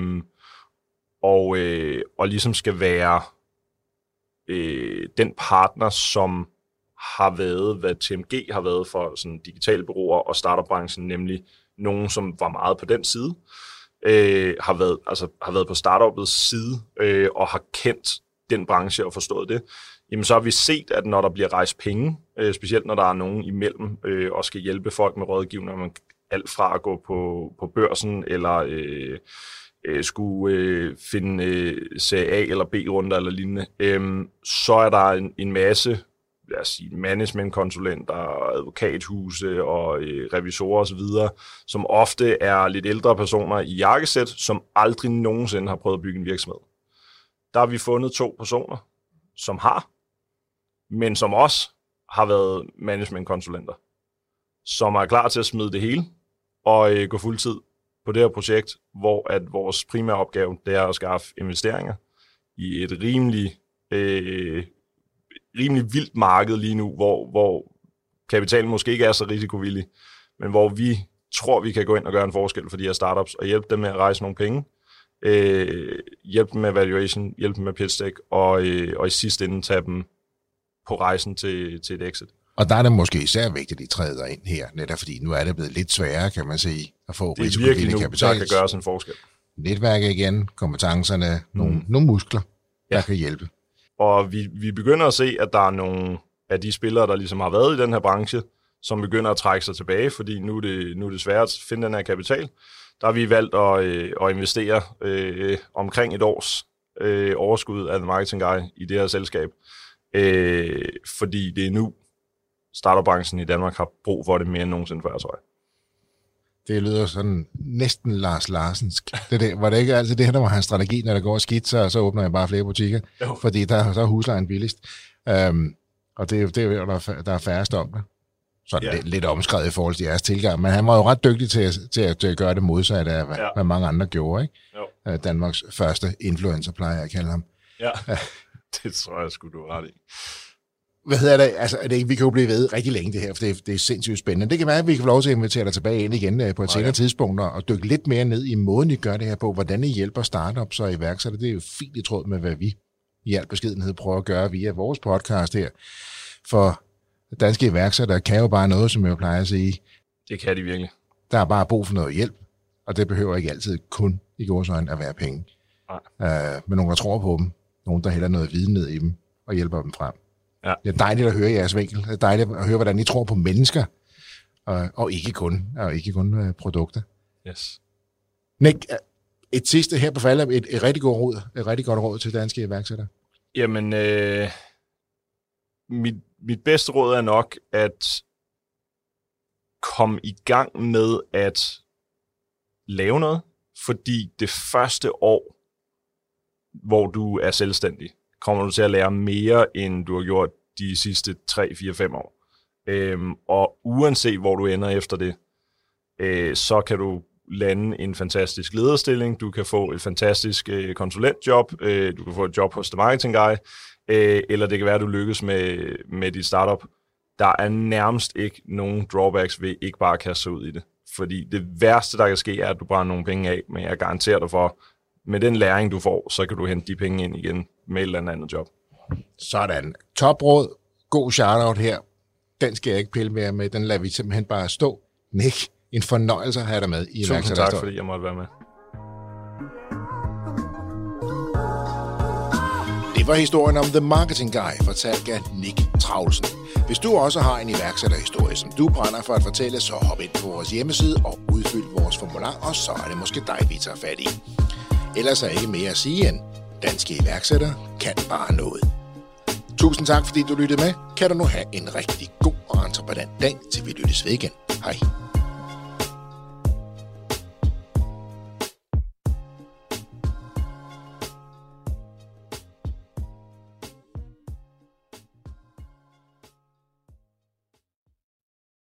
[SPEAKER 2] Og ligesom skal være den partner, som har været, hvad TMG har været for sådan digitale bureauer og startup-branchen, nemlig nogen, som var meget på den side, har været på startupets side og har kendt den branche og forstået det. Jamen så har vi set, at når der bliver rejst penge, specielt når der er nogen imellem og skal hjælpe folk med rådgivning, alt fra at gå på børsen eller skulle finde serie A eller B-runder eller lignende, så er der en masse, lad os sige, managementkonsulenter, advokathuse og revisorer osv., som ofte er lidt ældre personer i jakkesæt, som aldrig nogensinde har prøvet at bygge en virksomhed. Der har vi fundet 2 personer, som har, men som også har været managementkonsulenter, som er klar til at smide det hele og gå fuldtid på det her projekt, hvor at vores primære opgave, det er at skaffe investeringer i et rimelig vildt marked lige nu, hvor kapitalen måske ikke er så risikovillig, men hvor vi tror, vi kan gå ind og gøre en forskel for de her startups og hjælpe dem med at rejse nogle penge, hjælpe dem med valuation, hjælpe dem med pitch deck og i sidste ende tage dem på rejsen til et exit.
[SPEAKER 1] Og der er det måske især vigtigt, at I træder ind her, netop fordi nu er det blevet lidt sværere, kan man sige, at få risikovillig kapital. Det er virkelig nu, der
[SPEAKER 2] kan gøre sådan en forskel.
[SPEAKER 1] Netværket igen, kompetencerne, nogle muskler, der kan hjælpe.
[SPEAKER 2] Og vi begynder at se, at der er nogle af de spillere, der ligesom har været i den her branche, som begynder at trække sig tilbage, fordi nu er det svært at finde den her kapital. Der har vi valgt at investere omkring et års overskud af The Marketing Guy i det her selskab, fordi det er nu, startup-branchen i Danmark har brug for det mere end nogensinde før, tror jeg.
[SPEAKER 1] Det lyder sådan næsten Lars Larsensk. Var det ikke altid det her, der var hans strategi, når det går skidt, så åbner jeg bare flere butikker, fordi så er huslejen billigst. Og det er der er færrest om det. Så er det lidt omskrevet i forhold til jeres tilgang, men han var jo ret dygtig til at gøre det modsatte af, hvad mange andre gjorde, ikke? Danmarks første influencer, plejer jeg at kalde ham.
[SPEAKER 2] Ja, det tror jeg sgu, du er ret i.
[SPEAKER 1] Hvad hedder det? Altså, vi kan jo blive ved rigtig længe det her, for det er sindssygt spændende. Det kan være, at vi kan få lov til at invitere dig tilbage ind igen på et senere tidspunkt og dykke lidt mere ned i måden, I gør det her på, hvordan I hjælper startups og iværksættere. Det er jo fint i tråd med, hvad vi i al beskedenhed prøver at gøre via vores podcast her. For danske iværksættere kan jo bare noget, som jeg plejer at sige.
[SPEAKER 2] Det kan de virkelig.
[SPEAKER 1] Der er bare brug for noget hjælp, og det behøver ikke altid kun i gåseøjne at være penge. Men nogen, der tror på dem, nogen, der hælder noget viden ned i dem og hjælper dem frem. Ja. Det er dejligt at høre jeres vinkel. Det er dejligt at høre, hvordan I tror på mennesker, og ikke kun produkter.
[SPEAKER 2] Yes.
[SPEAKER 1] Nick, et sidste her på faldet, et rigtig godt råd til danske iværksættere.
[SPEAKER 2] Jamen, mit bedste råd er nok at komme i gang med at lave noget, fordi det første år, hvor du er selvstændig, kommer du til at lære mere, end du har gjort de sidste 3, 4, 5 år. Og uanset hvor du ender efter det, så kan du lande en fantastisk lederstilling, du kan få et fantastisk konsulentjob, du kan få et job hos The Marketing Guy, eller det kan være, at du lykkes med dit startup. Der er nærmest ikke nogen drawbacks ved ikke bare at kaste sig ud i det. Fordi det værste, der kan ske, er, at du brænder nogle penge af, men jeg garanterer dig for, med den læring, du får, så kan du hente de penge ind igen med et eller andet job.
[SPEAKER 1] Sådan. Topråd. God shoutout her. Den skal jeg ikke pille mere med. Den lader vi simpelthen bare stå. Nick, en fornøjelse at have dig med.
[SPEAKER 2] Tusind tak, fordi jeg måtte være med.
[SPEAKER 1] Det var historien om The Marketing Guy, fortalt af Nick Traulsen. Hvis du også har en iværksætterhistorie, som du brænder for at fortælle, så hop ind på vores hjemmeside og udfyld vores formular, og så er det måske dig, vi tager fat i. Ellers er ikke mere at sige end, danske iværksættere kan bare noget. Tusind tak, fordi du lyttede med. Kan du nu have en rigtig god og entreprenant dag, til vi lyttes ved igen. Hej.